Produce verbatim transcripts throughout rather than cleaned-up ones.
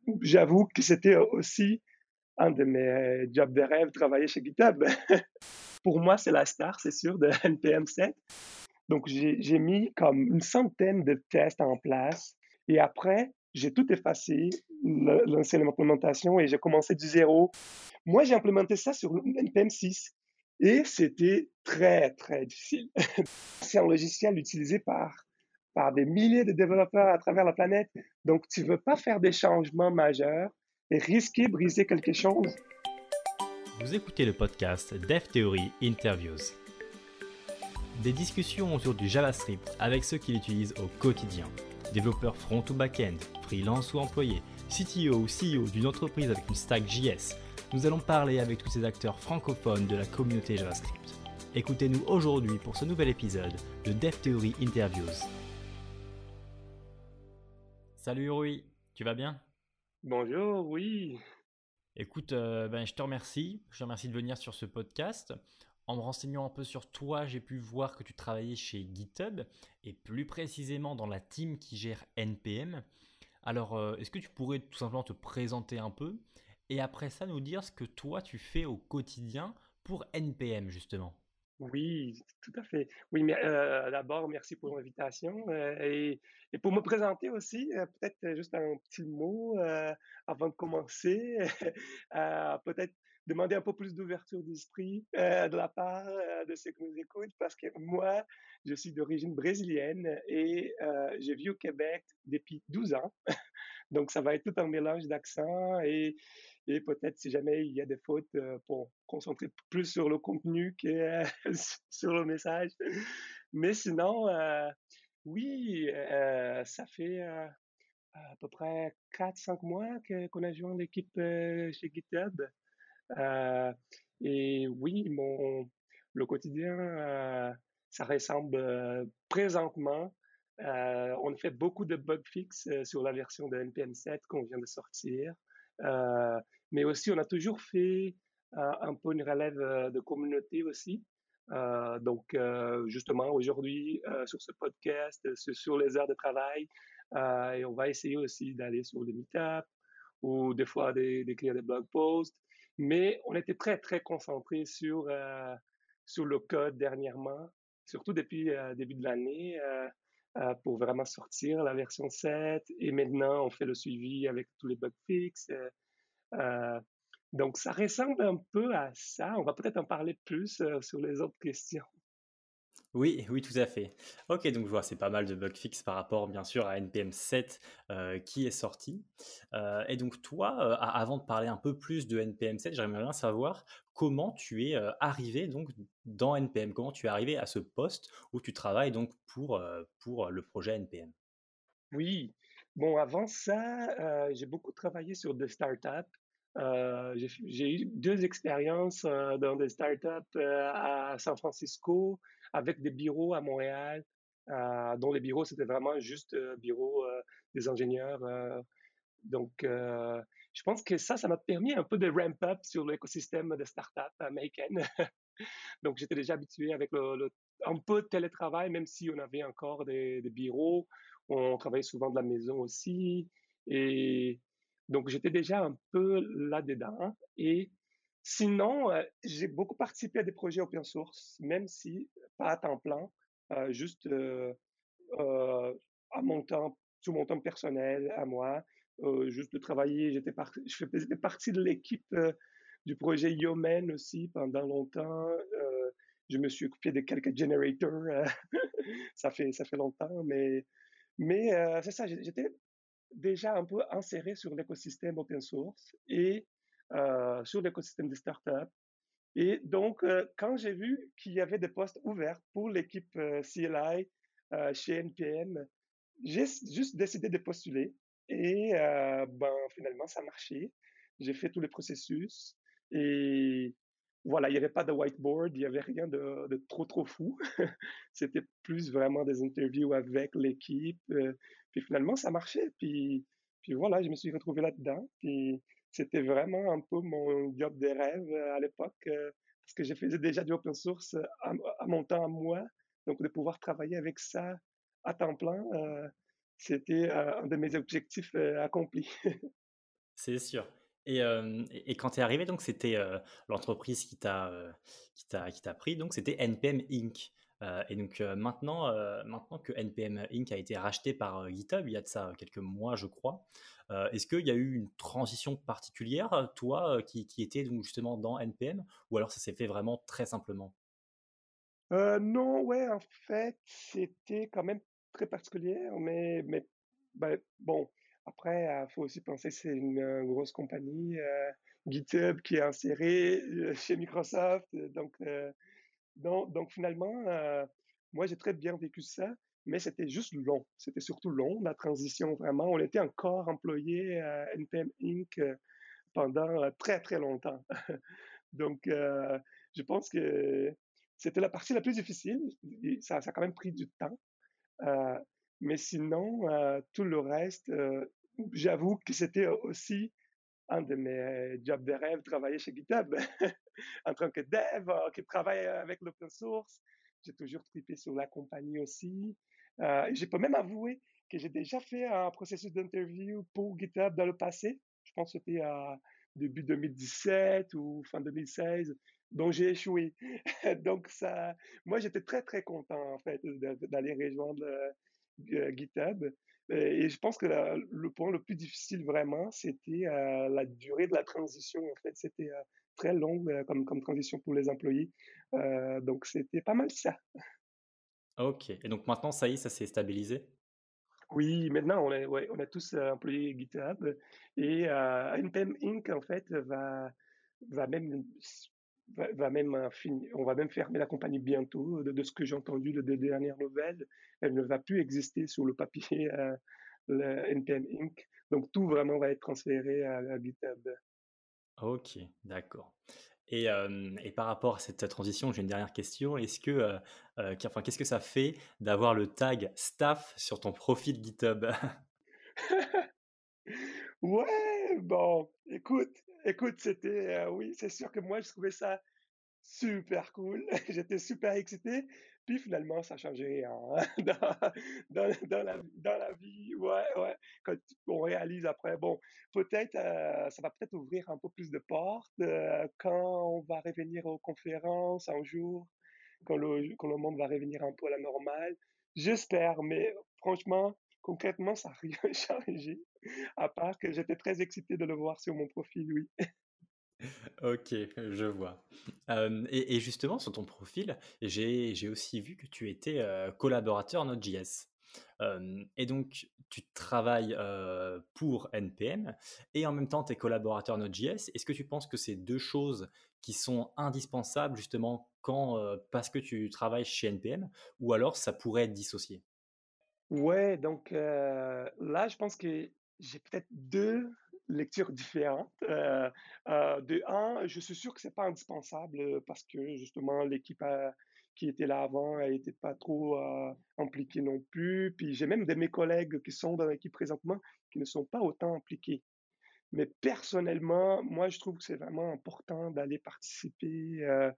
j'avoue que c'était aussi un de mes jobs de rêve, travailler chez GitHub. Pour moi, c'est la star, c'est sûr, de N P M sept. Donc, j'ai j'ai mis comme une centaine de tests en place et après, j'ai tout effacé, le- lancé l'implémentation et j'ai commencé du zéro. Moi, j'ai implémenté ça sur N P M six et c'était très, très difficile. C'est un logiciel utilisé par, par des milliers de développeurs à travers la planète. Donc, tu ne veux pas faire des changements majeurs et risquer de briser quelque chose. Vous écoutez le podcast DevTheory Interviews. Des discussions autour du JavaScript avec ceux qui l'utilisent au quotidien. Développeurs front ou back-end, freelance ou employés, C T O ou C E O d'une entreprise avec une stack J S. Nous allons parler avec tous ces acteurs francophones de la communauté JavaScript. Écoutez-nous aujourd'hui pour ce nouvel épisode de DevTheory Interviews. Salut Rui, tu vas bien ? Bonjour, oui. Écoute, euh, ben, je te remercie. Je te remercie de venir sur ce podcast. En me renseignant un peu sur toi, j'ai pu voir que tu travaillais chez GitHub et plus précisément dans la team qui gère N P M. Alors, euh, est-ce que tu pourrais tout simplement te présenter un peu et après ça nous dire ce que toi tu fais au quotidien pour N P M justement? Oui, tout à fait. Oui, mais euh, d'abord, merci pour l'invitation euh, et, et pour me présenter aussi, euh, peut-être euh, juste un petit mot euh, avant de commencer, euh, peut-être demander un peu plus d'ouverture d'esprit euh, de la part euh, de ceux qui nous écoutent, parce que moi, je suis d'origine brésilienne et euh, j'ai vécu au Québec depuis douze ans. Donc, ça va être tout un mélange d'accents et, et peut-être si jamais il y a des fautes, euh, pour concentrer plus sur le contenu que euh, sur le message. Mais sinon, euh, oui, euh, ça fait euh, à peu près quatre cinq mois que, qu'on a joint l'équipe euh, chez GitHub. Euh, et oui, mon, le quotidien, euh, ça ressemble euh, présentement. Euh, on fait beaucoup de bug fix euh, sur la version de N P M sept qu'on vient de sortir. Euh, mais aussi, on a toujours fait euh, un peu une relève euh, de communauté aussi. Euh, donc, euh, justement, aujourd'hui, euh, sur ce podcast, euh, sur, sur les heures de travail, euh, et on va essayer aussi d'aller sur les meetups ou des fois d'écrire des blog posts. Mais on était très, très concentré sur, euh, sur le code dernièrement, surtout depuis le euh, début de l'année, euh, euh, pour vraiment sortir la version sept. Et maintenant, on fait le suivi avec tous les bug fixes. Euh, euh, donc, ça ressemble un peu à ça. On va peut-être en parler plus euh, sur les autres questions. Oui, oui, tout à fait. Ok, donc je vois, c'est pas mal de bug fix par rapport bien sûr à N P M sept euh, qui est sorti. Euh, et donc toi, euh, a- avant de parler un peu plus de N P M sept, j'aimerais bien savoir comment tu es euh, arrivé donc dans N P M, comment tu es arrivé à ce poste où tu travailles donc pour, euh, pour le projet N P M. Oui. Bon, avant ça, euh, j'ai beaucoup travaillé sur des startups. Euh, j'ai, j'ai eu deux expériences euh, dans des startups euh, à San Francisco avec des bureaux à Montréal, euh, dont les bureaux, c'était vraiment juste euh, bureaux euh, des ingénieurs. Euh, donc, euh, je pense que ça, ça m'a permis un peu de ramp up sur l'écosystème de startups américaines. Donc, j'étais déjà habitué avec le, le- un peu de télétravail, même si on avait encore des, des bureaux. On travaillait souvent de la maison aussi. Et donc, j'étais déjà un peu là-dedans. Et sinon, euh, j'ai beaucoup participé à des projets open source, même si pas à temps plein, euh, juste euh, euh, à mon temps, sur mon temps personnel, à moi, euh, juste de travailler. J'étais par- je faisais partie de l'équipe euh, du projet Yomen aussi pendant longtemps. Euh, je me suis occupé de quelques generators. euh, ça fait, ça fait longtemps, mais, mais euh, c'est ça, j'étais déjà un peu inséré sur l'écosystème open source et euh, sur l'écosystème des startups. Et donc, euh, quand j'ai vu qu'il y avait des postes ouverts pour l'équipe euh, C L I euh, chez N P M, j'ai juste décidé de postuler et euh, ben, finalement, ça a marché. J'ai fait tous les processus et voilà, il n'y avait pas de whiteboard, il n'y avait rien de, de, trop, trop fou. C'était plus vraiment des interviews avec l'équipe. Euh, puis finalement, ça marchait. Puis, puis voilà, je me suis retrouvé là-dedans. Puis c'était vraiment un peu mon job de rêve euh, à l'époque euh, parce que je faisais déjà du open source à, à mon temps à moi. Donc de pouvoir travailler avec ça à temps plein, euh, c'était euh, un de mes objectifs euh, accomplis. C'est sûr. Et, hem, et et quand tu es arrivé donc c'était, heu, l'entreprise qui t'a, heu, qui t'a qui t'a pris donc c'était N P M Inc. Heu, et donc, heu, maintenant, heu, maintenant que N P M Inc a été racheté par, heu, GitHub, il y a de ça quelques mois, je crois. Heu, est-ce qu'il y a eu une transition particulière, heu, toi, heu, qui qui était donc justement dans N P M? Ou alors ça s'est fait vraiment très simplement? Heu, non, ouais, en fait, c'était quand même très particulier, mais mais bah, bon, après, il faut aussi penser que c'est une, heu, grosse compagnie, heu, GitHub qui est insérée, heu, chez Microsoft, heu, donc heu, donc donc finalement, heu, moi, j'ai très bien vécu ça, mais c'était juste long. C'était surtout long, la transition, vraiment. On était encore employés à N P M Inc, heu, pendant, heu, très, très longtemps. Donc, heu, je pense que c'était la partie la plus difficile et ça ça a quand même pris du temps, heu, mais sinon, heu, tout le reste, heu, j'avoue que c'était aussi un de mes jobs de rêve, travailler chez GitHub en tant que dev, heu, qui travaille avec l'open source. J'ai toujours trippé sur la compagnie aussi, heu, et je peux même avouer que j'ai déjà fait un processus d'interview pour GitHub dans le passé. Je pense que c'était à début deux mille dix-sept ou fin deux mille seize, donc j'ai échoué. Donc ça moi, j'étais très, très content en fait de d'aller rejoindre, heu, G GitHub, et et je pense que la le point le plus difficile vraiment, c'était, heu, la durée de la transition en fait. C'était, heu, très long, heu, comme comme transition pour les employés, heu, donc c'était pas mal ça. OK, et donc maintenant ça y est, ça s'est stabilisé? Oui, maintenant on est ouais, on est tous, heu, employés GitHub et heu, N P M Inc en fait va va même s va va même, heu, fini on va même fermer la compagnie bientôt de de ce que j'ai entendu de des dernières nouvelles. Elle ne va plus exister sur le papier, heu, le N P M Inc. Donc tout vraiment va être transféré à à GitHub. OK, d'accord. Et hem et par rapport à cette transition, j'ai une dernière question. Est-ce que, heu heu, qu enfin, qu'est-ce que ça fait d'avoir le tag staff sur ton profil GitHub? Ouais, bon, écoute écoute, c'était, heu, oui, c'est sûr que moi je trouvais ça super cool. J'étais super excité, puis finalement ça a changé rien, hein, dans dans dans la dans la vie, ouais, ouais. Quand on réalise après, bon, peut-être, heu, ça va peut-être ouvrir un peu plus de portes, heu, quand on va revenir aux conférences un jour, quand le quand le monde va revenir un peu à la normale. J'espère, mais franchement, concrètement, ça a rien changé, à part que j'étais très excité de le voir sur mon profil, oui. OK, je vois. Hem et et justement sur ton profil, j'ai j'ai aussi vu que tu étais, heu, collaborateur Node.js. Hem et donc tu travailles, heu, pour N P M et en même temps tu es collaborateur Node.js. Est-ce que tu penses que c'est deux choses qui sont indispensables justement quand, heu, parce que tu travailles chez N P M, ou alors ça pourrait être dissocié? Ouais, donc heu, là, je pense que j'ai peut-être deux lectures différentes. Heu heu, de un, je suis sûr que c'est pas indispensable, heu, parce que justement l'équipe a qui était là avant, elle était pas trop, heu, impliquée non plus. Puis j'ai même de mes collègues qui sont dans l'équipe présentement, qui ne sont pas autant impliqués. Mais personnellement, moi, je trouve que c'est vraiment important d'aller participer, heu,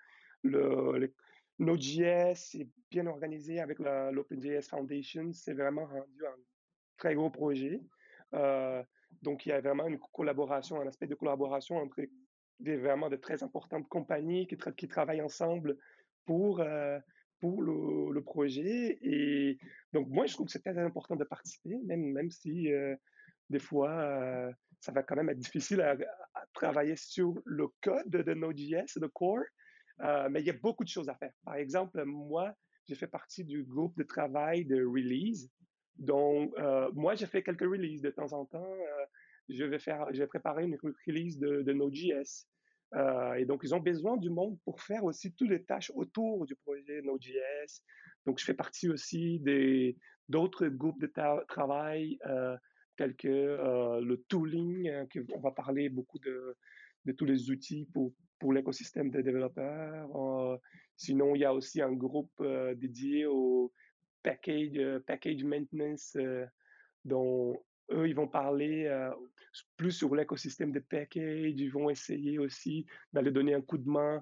le le Node.js est bien organisé avec la l'OpenJS Foundation. C'est vraiment rendu un très gros projet. Heu, donc il y a vraiment une collaboration, un aspect de collaboration entre des vraiment de très importantes compagnies qui tra qui travaillent ensemble pour, heu, pour le le projet, et donc moi, je trouve que c'est très important de participer, même même si, heu, des fois, heu, ça va quand même être difficile à à travailler sur le code de Node.js, le core, heu, mais il y a beaucoup de choses à faire. Par exemple, moi, j'ai fait partie du groupe de travail de release, donc heu, moi, j'ai fait quelques releases de temps en temps, heu, je vais faire je vais préparer une re release de de Node.js, heu et donc ils ont besoin du monde pour faire aussi toutes les tâches autour du projet Node.js. Donc je fais partie aussi des d'autres groupes de ta travail, heu, tels que, heu, le tooling, heu, que on va parler beaucoup de de tous les outils pour pour l'écosystème des développeurs. Heu, sinon, il y a aussi un groupe, heu, dédié au package, heu, package maintenance, heu, dont eux, ils vont parler, heu, plus sur l'écosystème des packages. Ils vont essayer aussi d'aller donner un coup de main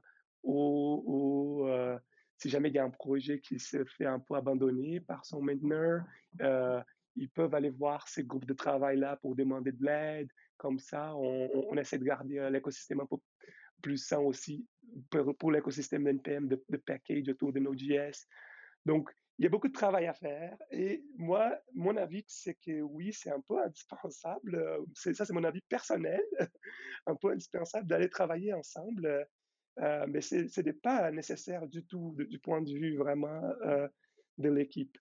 au au, heu, si jamais il y a un projet qui se fait un peu abandonner par son maintainer, heu, ils peuvent aller voir ces groupes de travail-là pour demander de l'aide. Comme ça, on, on- on essaie de garder euh, l'écosystème un peu plus sain aussi pour, pour l'écosystème d'N P M, de, de package autour de Node.js. Donc, il y a beaucoup de travail à faire. Et moi, mon avis, c'est que oui, c'est un peu indispensable. euh, c'est, ça, c'est mon avis personnel, un peu indispensable d'aller travailler ensemble. euh, euh, mais c'est, ce n'est pas nécessaire du tout de- du point de vue vraiment euh, de l'équipe.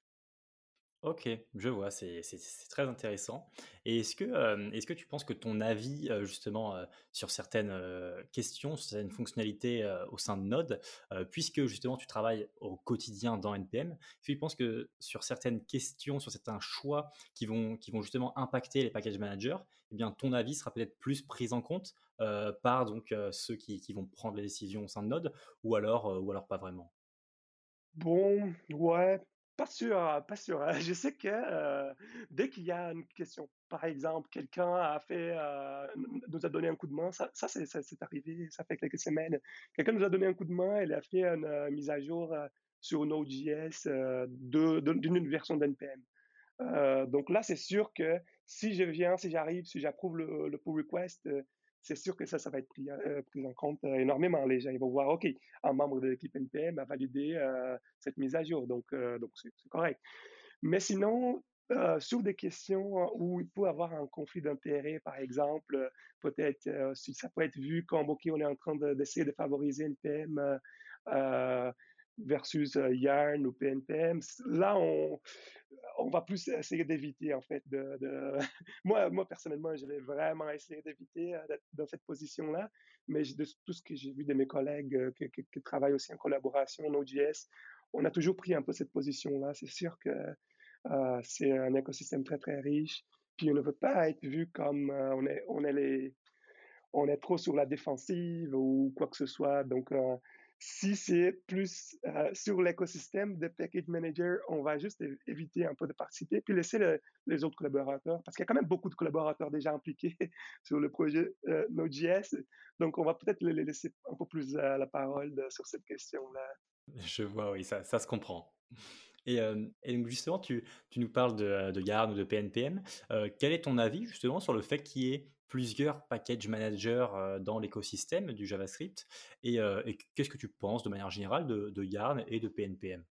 OK, je vois, c'est c'est c'est très intéressant. Et est-ce que, hem, est-ce que tu penses que ton avis, heu, justement, heu, sur certaines, heu, questions, sur certaines fonctionnalités, heu, au sein de Node, heu, puisque justement tu travailles au quotidien dans N P M, est-ce que tu penses que sur certaines questions, sur certains choix qui vont qui vont justement impacter les package managers, eh bien ton avis sera peut-être plus pris en compte, heu, par donc, heu, ceux qui qui vont prendre les décisions au sein de Node ou alors, heu, ou alors pas vraiment? Bon, ouais, pas sûr, hein, pas sûr, hein. Je sais que, heu, dès qu'il y a une question, par exemple, quelqu'un a fait, heu, n nous a donné un coup de main, ça ça c'est ça c'est arrivé, ça fait quelques semaines. Quelqu'un nous a donné un coup de main, il a fait une, heu, mise à jour, heu, sur Node.js, heu, de de d'une version d'N P M. Euh, donc là, c'est sûr que si je viens, si j'arrive, si j'approuve le, le pull request, euh, c'est sûr que ça, ça va être pris, euh, pris en compte euh, énormément. Les gens ils vont voir, OK, un membre de l'équipe N P M a validé euh, cette mise à jour, donc euh, donc c'est c'est correct. Mais sinon, euh, sur des questions où il peut y avoir un conflit d'intérêt, par exemple, euh, peut-être euh, si ça peut être vu comme, OK, on est en train de- d'essayer de favoriser N P M euh, euh, versus euh, Yarn ou P N P M, là, on, on va plus essayer d'éviter, en fait, de, de... moi, moi, personnellement, je vais vraiment essayer d'éviter euh, d'être dans cette position-là, mais de tout ce que j'ai vu de mes collègues euh, qui, qui- qui travaillent aussi en collaboration, Node.js, on a toujours pris un peu cette position-là. C'est sûr que euh, c'est un écosystème très, très riche, puis on ne veut pas être vu comme euh, on est, on est les, on est trop sur la défensive ou quoi que ce soit. Donc, euh, si c'est plus euh, sur l'écosystème de Package Manager, on va juste é- éviter un peu de participer, puis laisser le- les autres collaborateurs, parce qu'il y a quand même beaucoup de collaborateurs déjà impliqués sur le projet euh, Node.js. Donc, on va peut-être les les laisser un peu plus euh, la parole de- sur cette question-là. Je vois, oui, ça ça se comprend. Et, hem et donc justement, tu tu nous parles de, heu, de Yarn ou de P N P M. Heu, quel est ton avis justement sur le fait qu'il y ait plusieurs package managers, heu, dans l'écosystème du JavaScript? Et heu et qu'est-ce que tu penses de manière générale de de Yarn et de P N P M?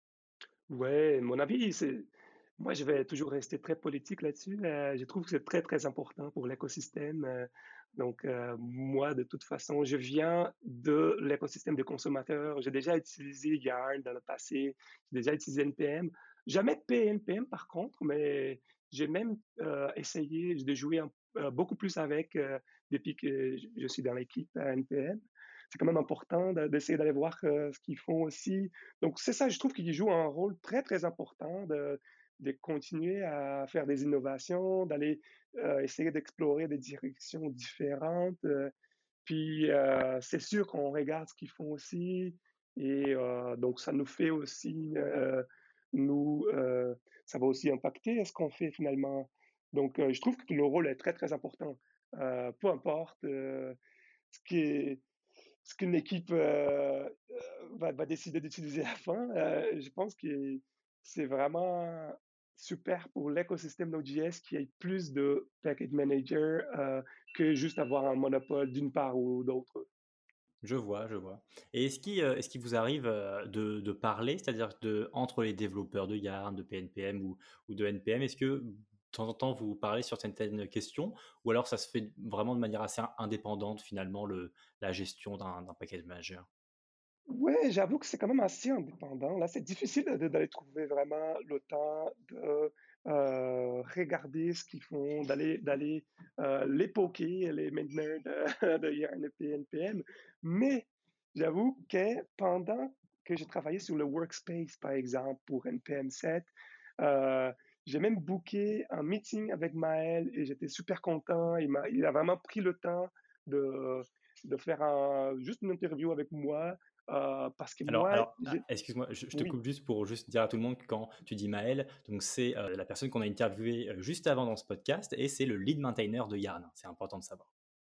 Ouais, mon avis, c'est, moi, je vais toujours rester très politique là-dessus. Euh, je trouve que c'est très, très important pour l'écosystème. Euh, donc, euh, moi, de toute façon, je viens de l'écosystème des consommateurs. J'ai déjà utilisé Yarn dans le passé. J'ai déjà utilisé N P M. Jamais P N P M, par contre, mais j'ai même euh, essayé de jouer un- euh, beaucoup plus avec euh, depuis que je je suis dans l'équipe à N P M. C'est quand même important de- d'essayer d'aller voir euh, ce qu'ils font aussi. Donc, c'est ça, je trouve qu'il joue un rôle très, très important de, de continuer à faire des innovations, d'aller euh, essayer d'explorer des directions différentes. euh, puis, euh, c'est sûr qu'on regarde ce qu'ils font aussi. Et euh, donc, ça nous fait aussi, euh, nous, euh, ça va aussi impacter ce qu'on fait finalement. Donc, euh, je trouve que le rôle est très, très important. Euh, peu importe euh, ce qui est, ce qu'une équipe euh, va, va décider d'utiliser à la fin. Euh, je pense que c'est vraiment super pour l'écosystème Node.js qu'il y ait plus de package managers euh, que juste avoir un monopole d'une part ou d'autre. Je vois, je vois. Et est-ce qu'il, heu, est-ce qu'il vous arrive, heu, de de parler, c'est-à-dire de entre les développeurs de Yarn, de P N P M ou ou de N P M, est-ce que de temps en temps vous parlez sur certaines questions? Ou alors ça se fait vraiment de manière assez indépendante finalement le la gestion d'un d'un package manager? Ouais, j'avoue que c'est quand même assez indépendant. Là, c'est difficile de- d'aller trouver vraiment le temps de euh, regarder ce qu'ils font, d'aller d'aller euh, les poker, les maintainers de, de Yarn et P N P M. Mais j'avoue que pendant que j'ai travaillé sur le workspace, par exemple, pour N P M sept, euh, j'ai même booké un meeting avec Maël et j'étais super content. Il m'a, il a vraiment pris le temps de, de faire un- juste une interview avec moi euh, parce que Alors moi, alors, ah, j'ai... excuse-moi, je je te Oui, coupe juste pour juste dire à tout le monde que quand tu dis Maël, donc c'est, heu, la personne qu'on a interviewée, heu, juste avant dans ce podcast et c'est le lead maintainer de Yarn. C'est important de savoir.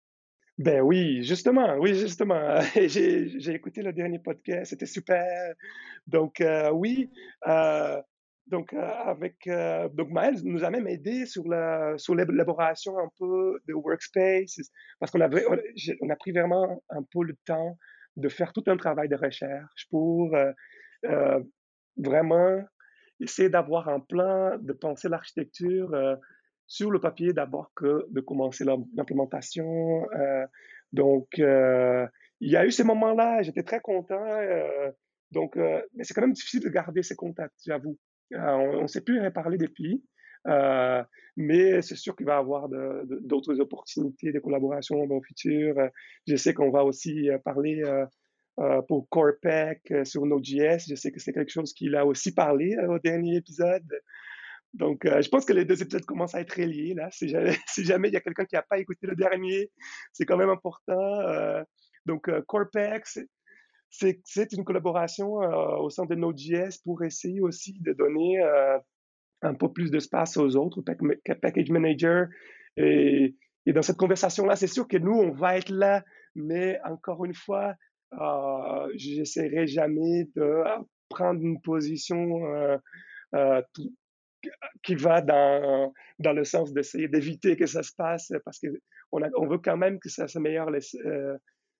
ben oui, justement, oui, justement. J'ai j'ai écouté le dernier podcast, c'était super. Donc, euh, oui, euh, donc, euh, avec, euh, donc Maël nous a même aidé sur la, sur l'élaboration un peu de workspace, parce qu'on avait, on, j'ai- on a pris vraiment un peu le temps de faire tout un travail de recherche pour euh, euh, vraiment essayer d'avoir un plan, de penser l'architecture euh, sur le papier d'abord que de commencer l'im- l'implémentation. Euh, donc, euh, il y a eu ces moments-là, j'étais très content. Euh, donc, euh, mais c'est quand même difficile de garder ces contacts, j'avoue. Euh, on ne s'est plus reparlé depuis, euh, mais c'est sûr qu'il va y avoir de- de- d'autres opportunités de collaboration dans le futur. Euh, Je sais qu'on va aussi euh, parler euh, euh, pour Corepec euh, sur Node.js. Je sais que c'est quelque chose qu'il a aussi parlé euh, au dernier épisode. Donc, euh, je pense que les deux épisodes commencent à être reliés, là. Si jamais, si jamais il y a quelqu'un qui n'a pas écouté le dernier, c'est quand même important. Euh, donc, euh, Corepec, c'est c'est- c'est une collaboration euh, au sein de Node.js pour essayer aussi de donner euh, un peu plus d'espace aux autres, pack- package manager. Et, et dans cette conversation-là, c'est sûr que nous, on va être là, mais encore une fois, euh, j'essaierai jamais de prendre une position euh, euh, tout- qui va dans, dans le sens d'essayer d'éviter que ça se passe, parce que on, a, on veut quand même que ça s'améliore les, euh,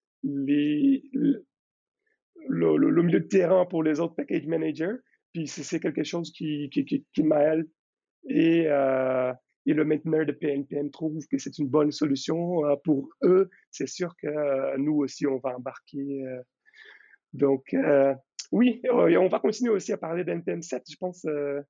les, le, le, le milieu de terrain pour les autres package managers. Puis c'est c'est quelque chose qui, qui, qui, qui m'aide et, euh, et le mainteneur de P N P M trouve que c'est une bonne solution euh, pour eux. C'est sûr que euh, nous aussi, on va embarquer. Euh, donc, euh, oui, euh, on va continuer aussi à parler d'N P M sept, je pense. Euh,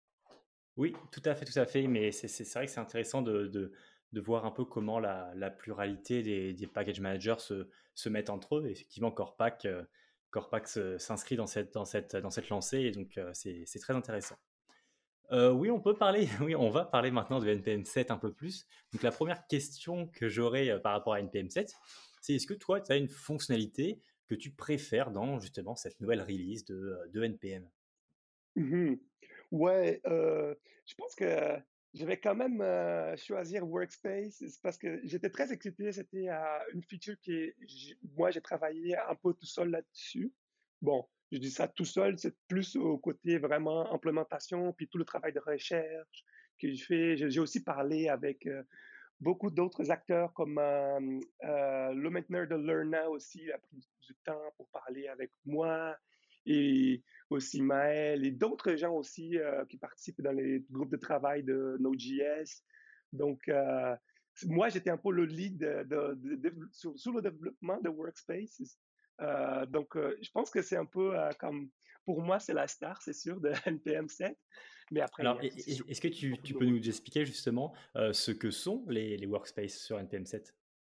Oui, tout à fait, tout à fait. Mais c'est c'est- c'est vrai que c'est intéressant de, de, de voir un peu comment la, la pluralité des, des package managers se, se mettent entre eux. Et effectivement, Corpac, euh, Corpac se- s'inscrit dans cette, dans, cette, dans cette lancée et donc euh, c'est c'est très intéressant. Euh, oui, on peut parler, oui, on va parler maintenant de N P M sept un peu plus. Donc la première question que j'aurais euh, par rapport à N P M sept, c'est est-ce que toi, tu as une fonctionnalité que tu préfères dans justement cette nouvelle release de, euh, de N P M? mhm. Ouais, euh, je pense que je vais quand même euh, choisir Workspace c'est parce que j'étais très excité. C'était euh, une feature qui, j- moi, j'ai travaillé un peu tout seul là-dessus. Bon, je dis ça tout seul, c'est plus au côté vraiment implémentation, puis tout le travail de recherche que je fais. J'ai j'ai aussi parlé avec euh, beaucoup d'autres acteurs comme euh, euh, le mainteneur de Lerna aussi a pris du temps pour parler avec moi et aussi Maël et d'autres gens aussi euh, qui participent dans les groupes de travail de Node.js. Donc, euh, moi, j'étais un peu le lead de, de, de, de, sur, sur, le développement de Workspace. Euh, donc, euh, je pense que c'est un peu euh, comme, pour moi, c'est la star, c'est sûr, de N P M sept. Mais après, il Alors, y a, e- c'est sûr, e- est-ce que tu, beaucoup tu de peux nous expliquer justement euh, ce que sont les, les workspaces sur N P M sept?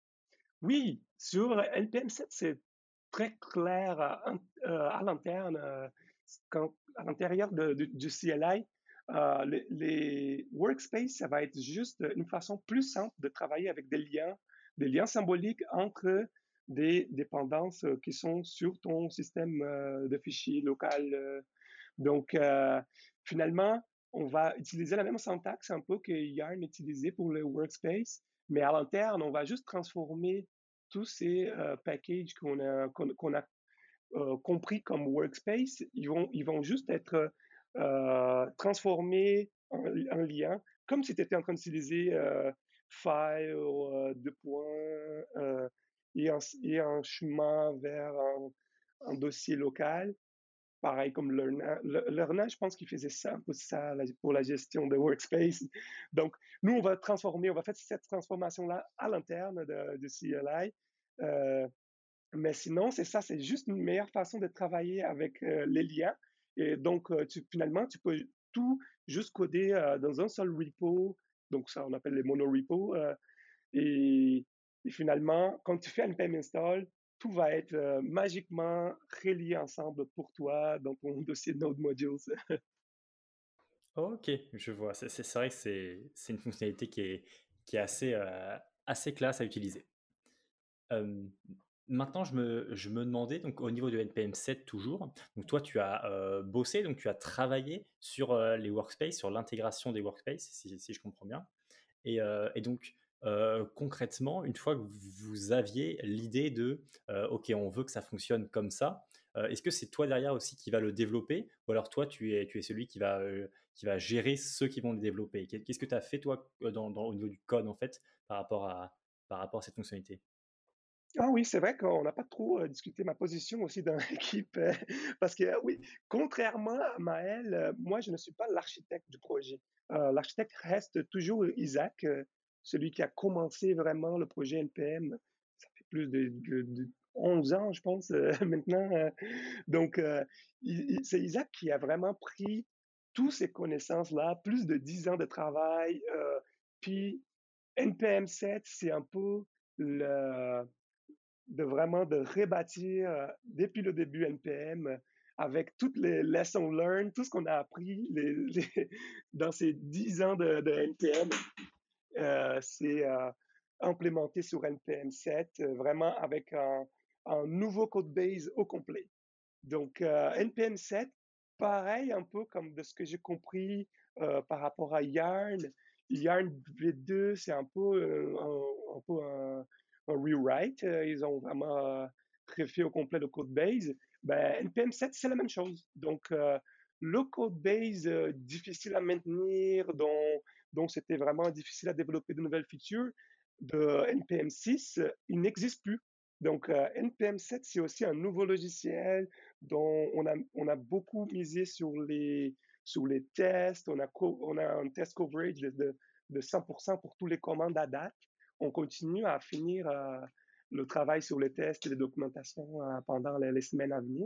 Oui, sur N P M sept, c'est très clair à, euh, à l'interne, euh, quand- à l'intérieur de- du, du C L I. Euh, les, les workspaces, ça va être juste une façon plus simple de travailler avec des liens, des liens symboliques entre des dépendances euh, qui sont sur ton système euh, de fichiers local. euh. Donc, euh, finalement, on va utiliser la même syntaxe un peu que Yarn utilisait pour le workspace, mais à l'interne, on va juste transformer tous ces euh, packages qu'on a, qu'on, qu'on a euh, compris comme workspace, ils vont, ils vont juste être euh, transformés en, en lien, comme si tu étais en train d'utiliser euh, file, euh, deux points, euh, et, un, et un chemin vers un, un dossier local. Pareil comme Lerna. Le- Lerna, je pense qu'il faisait ça, un peu ça la- pour la gestion de workspace. Donc, nous, on va transformer, on va faire cette transformation-là à l'interne de, de C L I. Euh, mais sinon, c'est ça, c'est juste une meilleure façon de travailler avec euh, les liens. Et donc, euh, tu, finalement, tu peux tout juste coder euh, dans un seul repo. Donc, ça, on appelle les monorepos. Euh, et, et finalement, quand tu fais un npm install, tout va être euh, magiquement relié ensemble pour toi dans ton dossier de Node Modules. Ok, je vois. C'est c'est- c'est vrai que c'est c'est une fonctionnalité qui est, qui est assez, euh, assez classe à utiliser. Euh, Maintenant, je me, je me demandais, donc au niveau de N P M sept toujours, donc toi tu as euh, bossé, donc tu as travaillé sur euh, les workspaces, sur l'intégration des workspaces, si, si je comprends bien. Et, euh, et donc, euh, concrètement, une fois que vous aviez l'idée de, euh, OK, on veut que ça fonctionne comme ça, Euh, est-ce que c'est toi derrière aussi qui va le développer ou alors toi, tu es, tu es celui qui va, euh, qui va gérer ceux qui vont le développer? Qu'est- Qu'est-ce que tu as fait toi euh, dans, dans- au niveau du code en fait par rapport à, par rapport à cette fonctionnalité? Ah oui, c'est vrai qu'on n'a pas trop, heu, discuté ma position aussi dans l'équipe, heu, parce que, euh, oui, contrairement à Maël, heu, moi, je ne suis pas l'architecte du projet. Heu, l'architecte reste toujours Isaac, heu, celui qui a commencé vraiment le projet N P M. Ça fait plus de de de onze ans, je pense, heu, maintenant, heu, donc heu, I I c'est Isaac qui a vraiment pris tous ces connaissances-là, plus de dix ans de travail, heu, puis N P M sept, c'est un peu le de vraiment de rebâtir euh, depuis le début N P M euh, avec toutes les lessons learned, tout ce qu'on a appris les, les, dans ces dix ans de, de N P M, euh, c'est euh, implémenté sur N P M sept, euh, vraiment avec un, un nouveau code base au complet. Donc, euh, N P M sept, pareil un peu comme de ce que j'ai compris euh, par rapport à Yarn. Yarn V deux, c'est un peu, euh, un, un, peu un, un rewrite. Euh, Ils ont vraiment euh, refait au complet le code base. Ben, N P M sept, c'est la même chose. Donc, euh, le code base euh, difficile à maintenir, dont, dont c'était vraiment difficile à développer de nouvelles features, de N P M six, il n'existe plus. Donc, euh, N P M sept, c'est aussi un nouveau logiciel dont on a, on a beaucoup misé sur les, sur les tests. On a, co- on a un test coverage de, de, de cent pour cent pour tous les commandes à date. On continue à finir euh, le travail sur les tests et les documentations euh, pendant les, les, semaines à venir.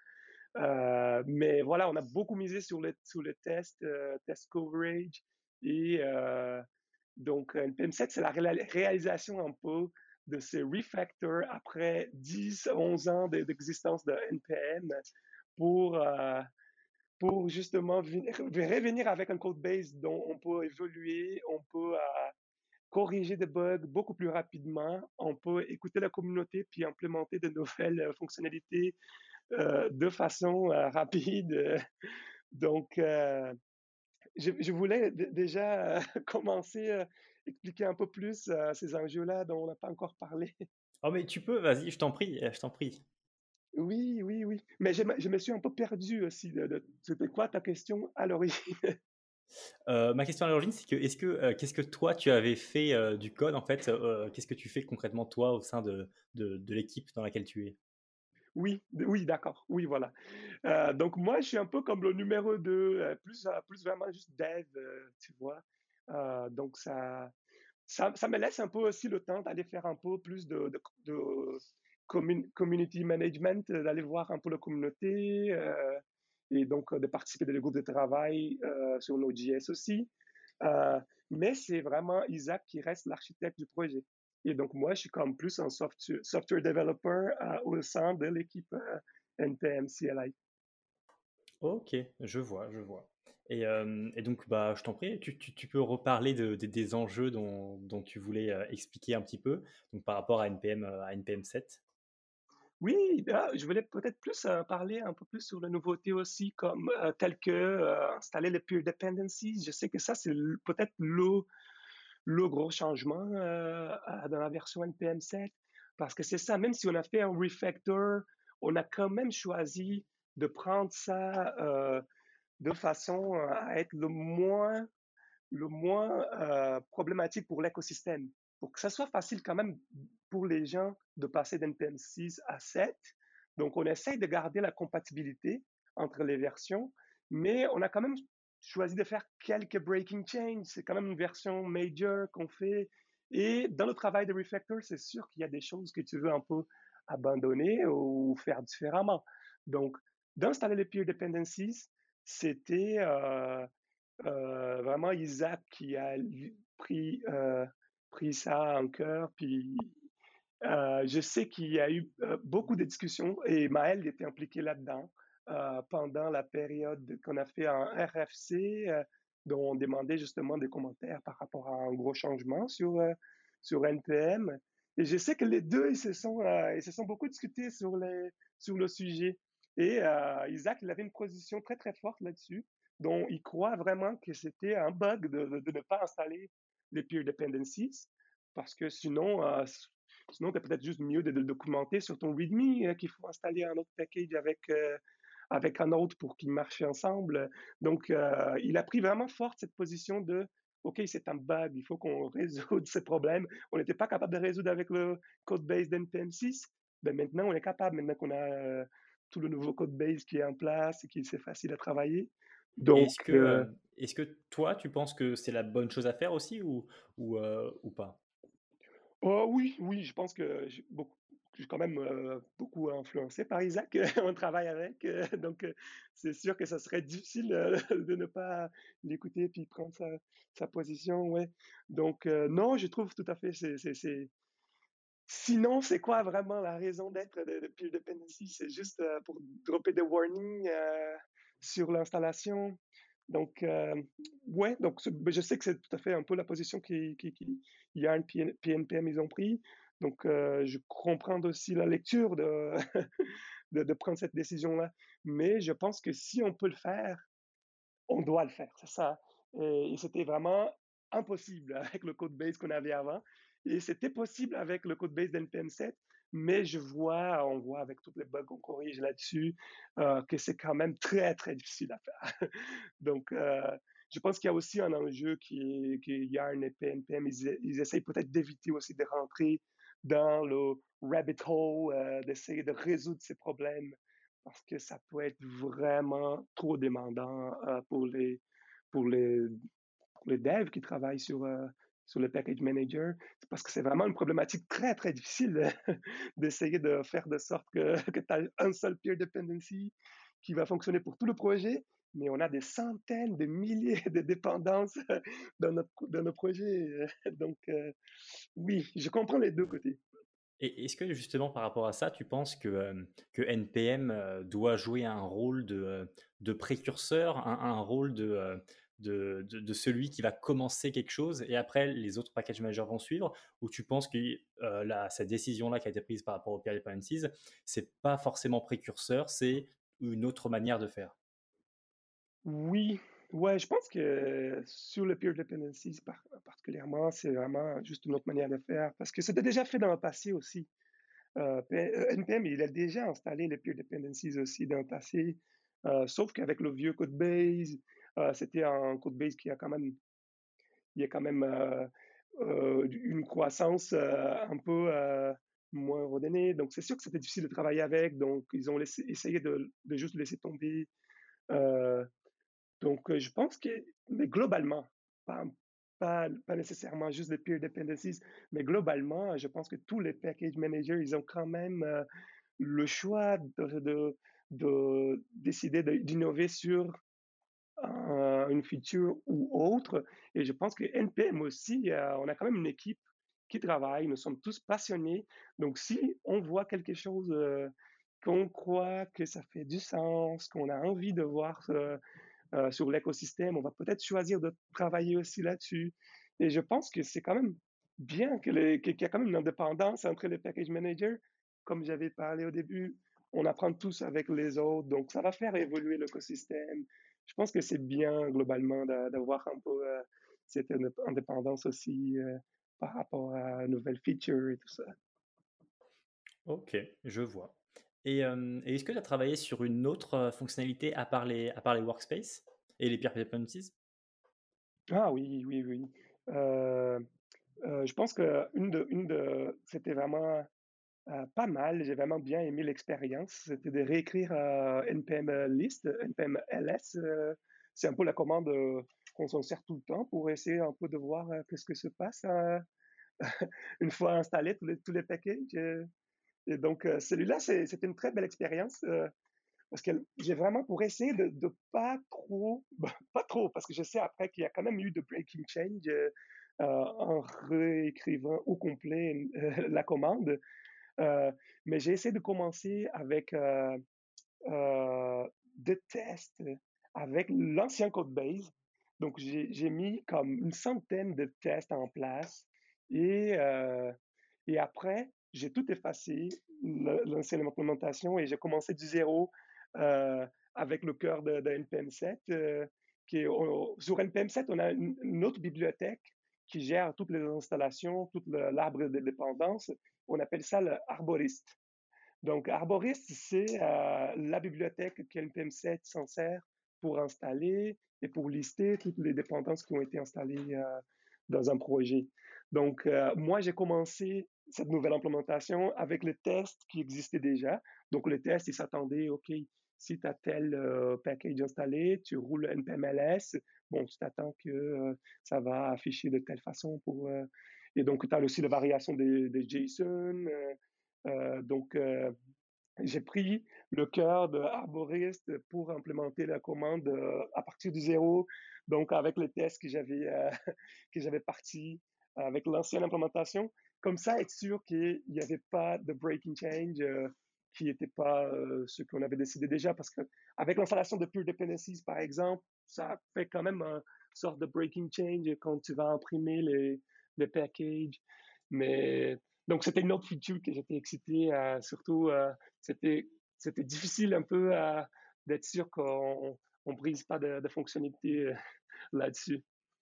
Euh, mais voilà, on a beaucoup misé sur les, sur les tests, euh, test coverage. Et euh, donc, N P M sept, c'est la ré- réalisation un peu de ces refactors après dix, onze ans d'existence de N P M pour, euh, pour justement venir, revenir avec un code base dont on peut évoluer, on peut euh, corriger des bugs beaucoup plus rapidement, on peut écouter la communauté puis implémenter de nouvelles euh, fonctionnalités euh, de façon euh, rapide. Donc, euh, je, je, voulais d- déjà euh, commencer à euh, expliquer un peu plus euh, ces enjeux-là dont on n'a pas encore parlé. Oh mais tu peux, vas-y, je t'en prie, je t'en prie. Oui, oui, oui. Mais je, me- je me suis un peu perdu aussi. De, de- c'était quoi ta question à l'origine? Euh, ma question à l'origine, c'est que, est-ce que, euh, qu'est-ce que toi tu avais fait euh, du code en fait euh, Qu'est-ce que tu fais concrètement toi au sein de, de, de l'équipe dans laquelle tu es? Oui, d- oui, d'accord. Oui, voilà. Euh, donc moi, je suis un peu comme le numéro deux, euh, plus, euh, plus vraiment juste dev, euh, tu vois. Euh, donc ça, ça, ça me laisse un peu aussi le temps d'aller faire un peu plus de, de, de commun- community management, euh, d'aller voir un peu la communauté euh, et donc euh, de participer dans les groupes de travail euh, sur Node.js aussi. Euh, mais c'est vraiment Isaac qui reste l'architecte du projet. Et donc moi, je suis comme plus un software, software developer euh, au sein de l'équipe euh, N P M C L I. Ok, je vois, je vois. Et, euh, et donc, bah, je t'en prie, tu, tu- tu peux reparler de, de- des enjeux dont, dont tu voulais euh, expliquer un petit peu, donc par rapport à N P M, euh, à N P M sept. Oui, là, je voulais peut-être plus euh, parler un peu plus sur la nouveauté aussi, comme euh, tel que euh, installer les peer dependencies. Je sais que ça, c'est l- peut-être le, le gros changement euh, à- dans la version N P M sept, parce que c'est ça, même si on a fait un refactor, on a quand même choisi de prendre ça euh, de façon à être le moins le moins euh, problématique pour l'écosystème. Pour que ça soit facile quand même pour les gens de passer d'N P M six à sept. Donc, on essaye de garder la compatibilité entre les versions, mais on a quand même choisi de faire quelques breaking changes. C'est quand même une version major qu'on fait. Et dans le travail de refactor, c'est sûr qu'il y a des choses que tu veux un peu abandonner ou faire différemment. Donc, d'installer les peer dependencies, c'était euh, euh, vraiment Isaac qui a pris, euh, pris ça en cœur. Puis euh, je sais qu'il y a eu euh, beaucoup de discussions et Maël était impliqué là-dedans euh, pendant la période qu'on a fait en R F C, euh, dont on demandait justement des commentaires par rapport à un gros changement sur, euh, sur N P M. Et je sais que les deux, ils se sont, euh, ils se sont beaucoup discutés sur, les, sur le sujet. Et euh, Isaac, il avait une position très, très forte là-dessus, dont il croit vraiment que c'était un bug de, de, de ne pas installer les peer dependencies, parce que sinon, euh, Sinon, tu peut-être juste mieux de, de le documenter sur ton README euh, qu'il faut installer un autre package avec, euh, avec un autre pour qu'ils marchent ensemble. Donc, euh, il a pris vraiment fort cette position de OK, c'est un bug, il faut qu'on résolve ce problème. On n'était pas capable de résoudre avec le code base d'N P M six. Ben maintenant, on est capable, maintenant qu'on a euh, tout le nouveau code base qui est en place et qui c'est facile à travailler. Et Donc, est-ce que, euh, euh, est-ce que toi, tu penses que c'est la bonne chose à faire aussi ou, ou, euh, ou pas? oh oui, oui, je pense que j'ai beaucoup, je suis quand même euh, beaucoup influencé par Isaac. On travaille avec, euh, donc euh, c'est sûr que ça serait difficile euh, de ne pas l'écouter puis prendre sa, sa position, ouais. Donc euh, non, je trouve tout à fait, c'est, c'est, c'est... Sinon, c'est quoi vraiment la raison d'être de, de Peer Dependency? C'est juste euh, pour dropper des warnings euh, sur l'installation. Donc, euh, ouais, donc c'est- ben, je sais que c'est tout à fait un peu la position qui, qui, qui Yarn, P N P M, ils ont pris. Donc, euh, je comprends aussi la lecture de, de, de prendre cette décision-là. Mais je pense que si on peut le faire, on doit le faire, c'est ça. Et, et c'était vraiment impossible avec le code base qu'on avait avant. Et c'était possible avec le code base d'N P M sept, mais je vois, on voit avec tous les bugs qu'on corrige là-dessus, euh, que c'est quand même très, très difficile à faire. Donc, euh, je pense qu'il y a aussi un enjeu qui est qu'il y a un N P M, ils, ils essayent peut-être d'éviter aussi de rentrer dans le rabbit hole, euh, d'essayer de résoudre ces problèmes parce que ça peut être vraiment trop demandant euh, pour les pour les pour les devs qui travaillent sur euh, sur le package manager, c'est parce que c'est vraiment une problématique très très difficile d'essayer de faire de sorte que, que tu as un seul peer dependency qui va fonctionner pour tout le projet, mais on a des centaines, des milliers de dépendances dans, notre, dans nos projets. Donc, euh, oui, je comprends les deux côtés. Et est-ce que justement par rapport à ça, tu penses que, euh, que N P M euh, doit jouer un rôle de, euh, de précurseur, un, un rôle de, euh, de, de, de celui qui va commencer quelque chose et après les autres package managers vont suivre, ou tu penses que euh, la, cette décision-là qui a été prise par rapport au peer dependencies, c'est pas forcément précurseur, c'est une autre manière de faire? Oui, ouais, je pense que sur le peer dependencies par- particulièrement, c'est vraiment juste une autre manière de faire parce que c'était déjà fait dans le passé aussi. Euh, P- euh, N P M, il a déjà installé les peer dependencies aussi dans le passé, euh, sauf qu'avec le vieux code base, euh, c'était un code base qui a quand même, il y a quand même euh, euh, une croissance euh, un peu euh, moins ordonnée. Donc, c'est sûr que c'était difficile de travailler avec. Donc, ils ont laissé, essayé de, de juste laisser tomber. Euh, donc, euh, je pense que, mais globalement, pas, pas, pas nécessairement juste des peer dependencies, mais globalement, je pense que tous les package managers, ils ont quand même euh, le choix de, de, de décider de- d'innover sur euh, une feature ou autre. Et je pense que N P M aussi, euh, on a quand même une équipe qui travaille, nous sommes tous passionnés. Donc, si on voit quelque chose euh, qu'on croit que ça fait du sens, qu'on a envie de voir euh, euh, sur l'écosystème, on va peut-être choisir de travailler aussi là-dessus. Et je pense que c'est quand même bien que les, qu'il y a quand même une indépendance entre les package managers. Comme j'avais parlé au début, on apprend tous avec les autres, donc ça va faire évoluer l'écosystème. Je pense que c'est bien globalement d'avoir un peu euh, cette indépendance aussi euh, par rapport à nouvelles features et tout ça. Ok, je vois. Et, euh, et est-ce que tu as travaillé sur une autre euh, fonctionnalité à part les, à part les workspaces et les peer dependencies? Ah oui, oui, oui. Euh, euh, je pense que une de, une de, c'était vraiment Euh, pas mal, j'ai vraiment bien aimé l'expérience. C'était de réécrire euh, N P M list, N P M L S. Euh, c'est un peu la commande euh, qu'on s'en sert tout le temps pour essayer un peu de voir euh, qu'est-ce que se passe euh, une fois installé tous les, tous les packages. Euh, et donc, euh, celui-là, c'est, c'était une très belle expérience euh, parce que j'ai vraiment pour essayer de, de pas trop, bah, pas trop, parce que je sais après qu'il y a quand même eu de breaking change euh, euh, en réécrivant au complet euh, la commande. Euh, mais j'ai essayé de commencer avec euh, euh, des tests avec l'ancien code base. Donc, j'ai j'ai mis comme une centaine de tests en place et, euh, et après, j'ai tout effacé, le- l'ancienne implémentation, et j'ai commencé du zéro euh, avec le cœur de, de N P M sept. Euh, qui est, on- sur N P M sept, on a une, une autre bibliothèque qui gère toutes les installations, tout le- l'arbre de dépendance. On appelle ça le arboriste. Donc, arboriste, c'est euh, la bibliothèque que N P M sept s'en sert pour installer et pour lister toutes les dépendances qui ont été installées euh, dans un projet. Donc, euh, moi, j'ai commencé cette nouvelle implémentation avec le test qui existait déjà. Donc, le test, il s'attendait, OK, si tu as tel euh, package installé, tu roules N P M L S, bon, tu t'attends que euh, ça va afficher de telle façon pour... euh, et donc, tu as aussi la variation des, des JSON. euh, euh, donc, euh, j'ai pris le cœur de Arborist pour implémenter la commande euh, à partir du zéro, donc avec les tests que j'avais euh, que j'avais partis avec l'ancienne implémentation. Comme ça, être sûr qu'il n'y avait pas de breaking change euh, qui n'était pas euh, ce qu'on avait décidé déjà, parce que avec l'installation de Pure Dependencies, par exemple, ça fait quand même une sorte de breaking change quand tu vas imprimer les, les packages. Mais donc, c'était une autre feature que j'étais excité, euh, surtout, euh, c'était, c'était difficile un peu euh, d'être sûr qu'on ne brise pas de, de fonctionnalité euh, là-dessus.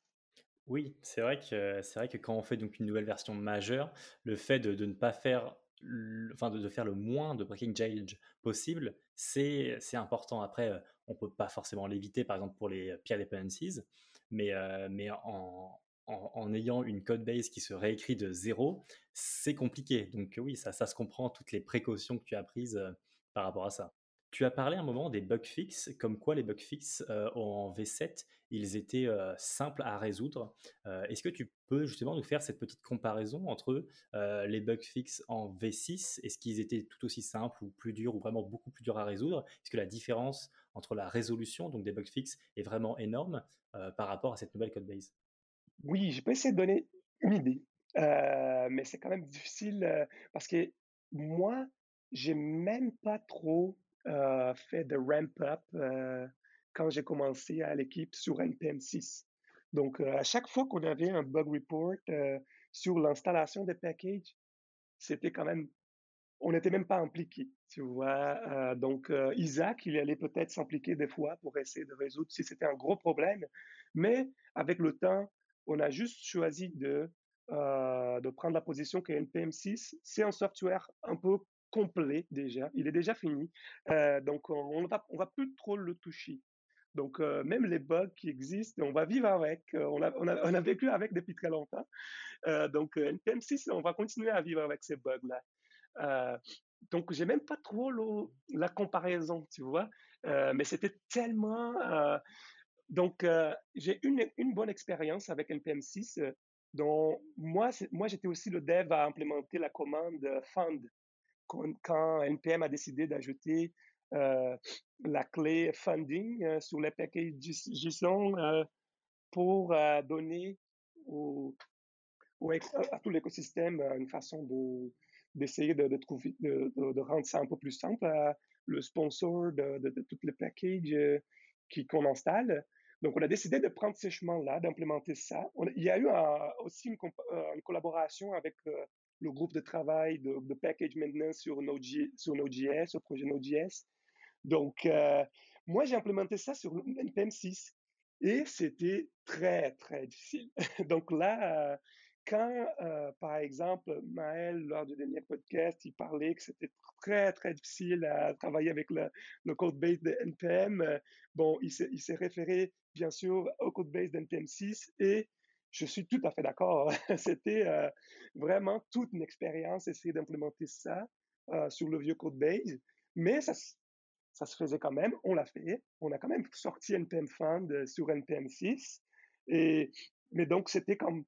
Oui, c'est vrai que c'est vrai que quand on fait donc une nouvelle version majeure, le fait de, de ne pas faire, le- enfin de, de faire le moins de breaking change possible, c'est c'est important. Après, euh, on peut pas forcément l'éviter, par exemple pour les peer dependencies, mais euh, mais en, en en ayant une code base qui se réécrit de zéro, c'est compliqué. Donc oui, ça ça se comprend toutes les précautions que tu as prises euh, par rapport à ça. Tu as parlé un moment des bug fixes, comme quoi les bug fixes euh, en V sept, ils étaient euh, simples à résoudre. Euh, est-ce que tu peux justement nous faire cette petite comparaison entre euh, les bugs fixes en V six? Est-ce qu'ils étaient tout aussi simples ou plus durs ou vraiment beaucoup plus durs à résoudre? Est-ce que la différence entre la résolution donc des bugs fixes est vraiment énorme euh, par rapport à cette nouvelle code base? Oui, je peux essayer de donner une idée, euh, mais c'est quand même difficile euh, parce que moi, j'ai même pas trop euh, fait de ramp-up euh, quand j'ai commencé à l'équipe sur N P M six. Donc, euh, à chaque fois qu'on avait un bug report euh, sur l'installation des packages, c'était quand même, on n'était même pas impliqué, tu vois. Euh, donc, euh, Isaac, il allait peut-être s'impliquer des fois pour essayer de résoudre si c'était un gros problème, mais avec le temps, on a juste choisi de, euh, de prendre la position que N P M six, c'est un software un peu complet déjà, il est déjà fini, euh, donc on ne va, on va plus trop le toucher. Donc, euh, même les bugs qui existent, on va vivre avec. Euh, on, a, on, a, on a vécu avec depuis très longtemps. Euh, donc, N P M six, on va continuer à vivre avec ces bugs-là. Euh, donc, j'ai même pas trop le- la comparaison, tu vois. Euh, mais c'était tellement. Euh, donc, euh, j'ai une, une bonne expérience avec N P M six. Euh, dont moi, c'est- moi, j'étais aussi le dev à implémenter la commande fund quand, quand N P M a décidé d'ajouter euh, la clé funding euh, sur les packages JSON euh, pour euh, donner au, au, à tout l'écosystème euh, une façon de, d'essayer de, de, trouver, de, de, de, rendre ça un peu plus simple, euh, le sponsor de, de, de tous les packages euh, qui, qu'on installe. Donc, on a décidé de prendre ces chemins-là, d'implémenter ça. On, il y a eu un, aussi une, euh, une, collaboration avec euh, le groupe de travail de, de package maintenance sur Node.js, sur Node.js, au projet Node.js. Donc, euh, moi, j'ai implémenté ça sur N P M six et c'était très, très difficile. Donc là, euh, quand, euh, par exemple, Maël, lors du dernier podcast, il parlait que c'était très, très difficile à travailler avec le, le code base de N P M, euh, bon, il s'est, il s'est référé, bien sûr, au code base de N P M six et je suis tout à fait d'accord. C'était euh, vraiment toute une expérience essayer d'implémenter ça euh, sur le vieux code base, mais ça, ça se faisait quand même, on l'a fait, on a quand même sorti N P M Fund sur N P M six, et, mais donc c'était comme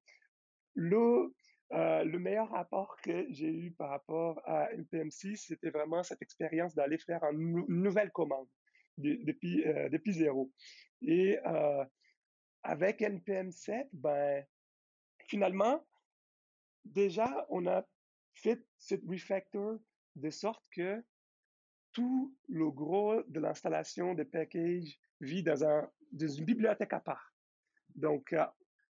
le, euh, le meilleur rapport que j'ai eu par rapport à N P M six, c'était vraiment cette expérience d'aller faire un, une nouvelle commande de, depuis, euh, depuis zéro. Et euh, avec N P M sept, ben, finalement, déjà, on a fait cette refactor de sorte que tout le gros de l'installation des packages vit dans, un, dans une bibliothèque à part. Donc, euh,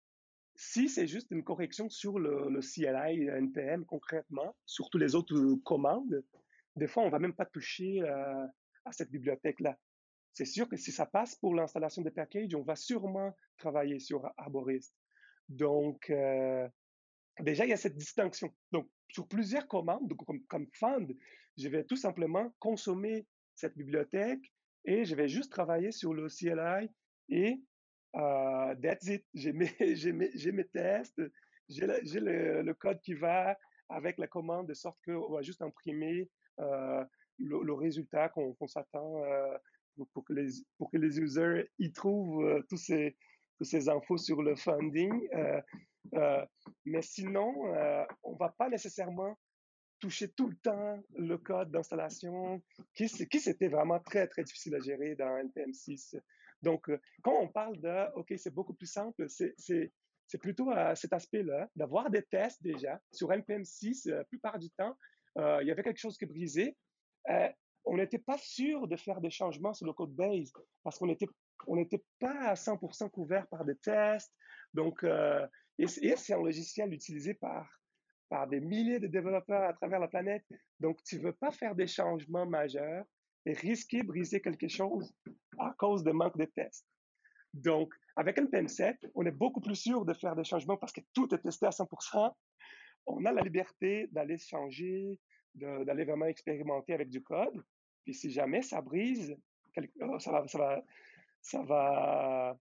si c'est juste une correction sur le, le C L I N P M concrètement, sur toutes les autres commandes, des fois, on ne va même pas toucher euh, à cette bibliothèque-là. C'est sûr que si ça passe pour l'installation des packages, on va sûrement travailler sur Arborist. Donc, euh, déjà, il y a cette distinction. Donc, sur plusieurs commandes, donc comme, comme fund, je vais tout simplement consommer cette bibliothèque et je vais juste travailler sur le C L I et euh, that's it. J'ai mes, j'ai mes, j'ai mes tests, j'ai, le, j'ai le, le code qui va avec la commande de sorte qu'on va juste imprimer euh, le, le, résultat qu'on, qu'on s'attend euh, pour, pour, que les, pour que les users y trouvent euh, tous ces, toutes ces infos sur le funding. Euh, euh, mais sinon, euh, on ne va pas nécessairement toucher tout le temps le code d'installation, qui, qui c'était vraiment très, très difficile à gérer dans N P M six. Donc, euh, quand on parle de, OK, c'est beaucoup plus simple, c'est, c'est, c'est plutôt euh, cet aspect-là, d'avoir des tests déjà. Sur N P M six, euh, la plupart du temps, euh, il y avait quelque chose qui brisait. Euh, on n'était pas sûr de faire des changements sur le code base parce qu'on n'était on n'était pas à cent pour cent couvert par des tests. Donc, euh, et, et c'est un logiciel utilisé par par des milliers de développeurs à travers la planète. Donc, tu ne veux pas faire des changements majeurs et risquer de briser quelque chose à cause de manque de tests. Donc, avec N P M sept, on est beaucoup plus sûr de faire des changements parce que tout est testé à cent pour cent. On a la liberté d'aller changer, de, d'aller vraiment expérimenter avec du code. Puis si jamais ça brise, ça va, ça va, ça va,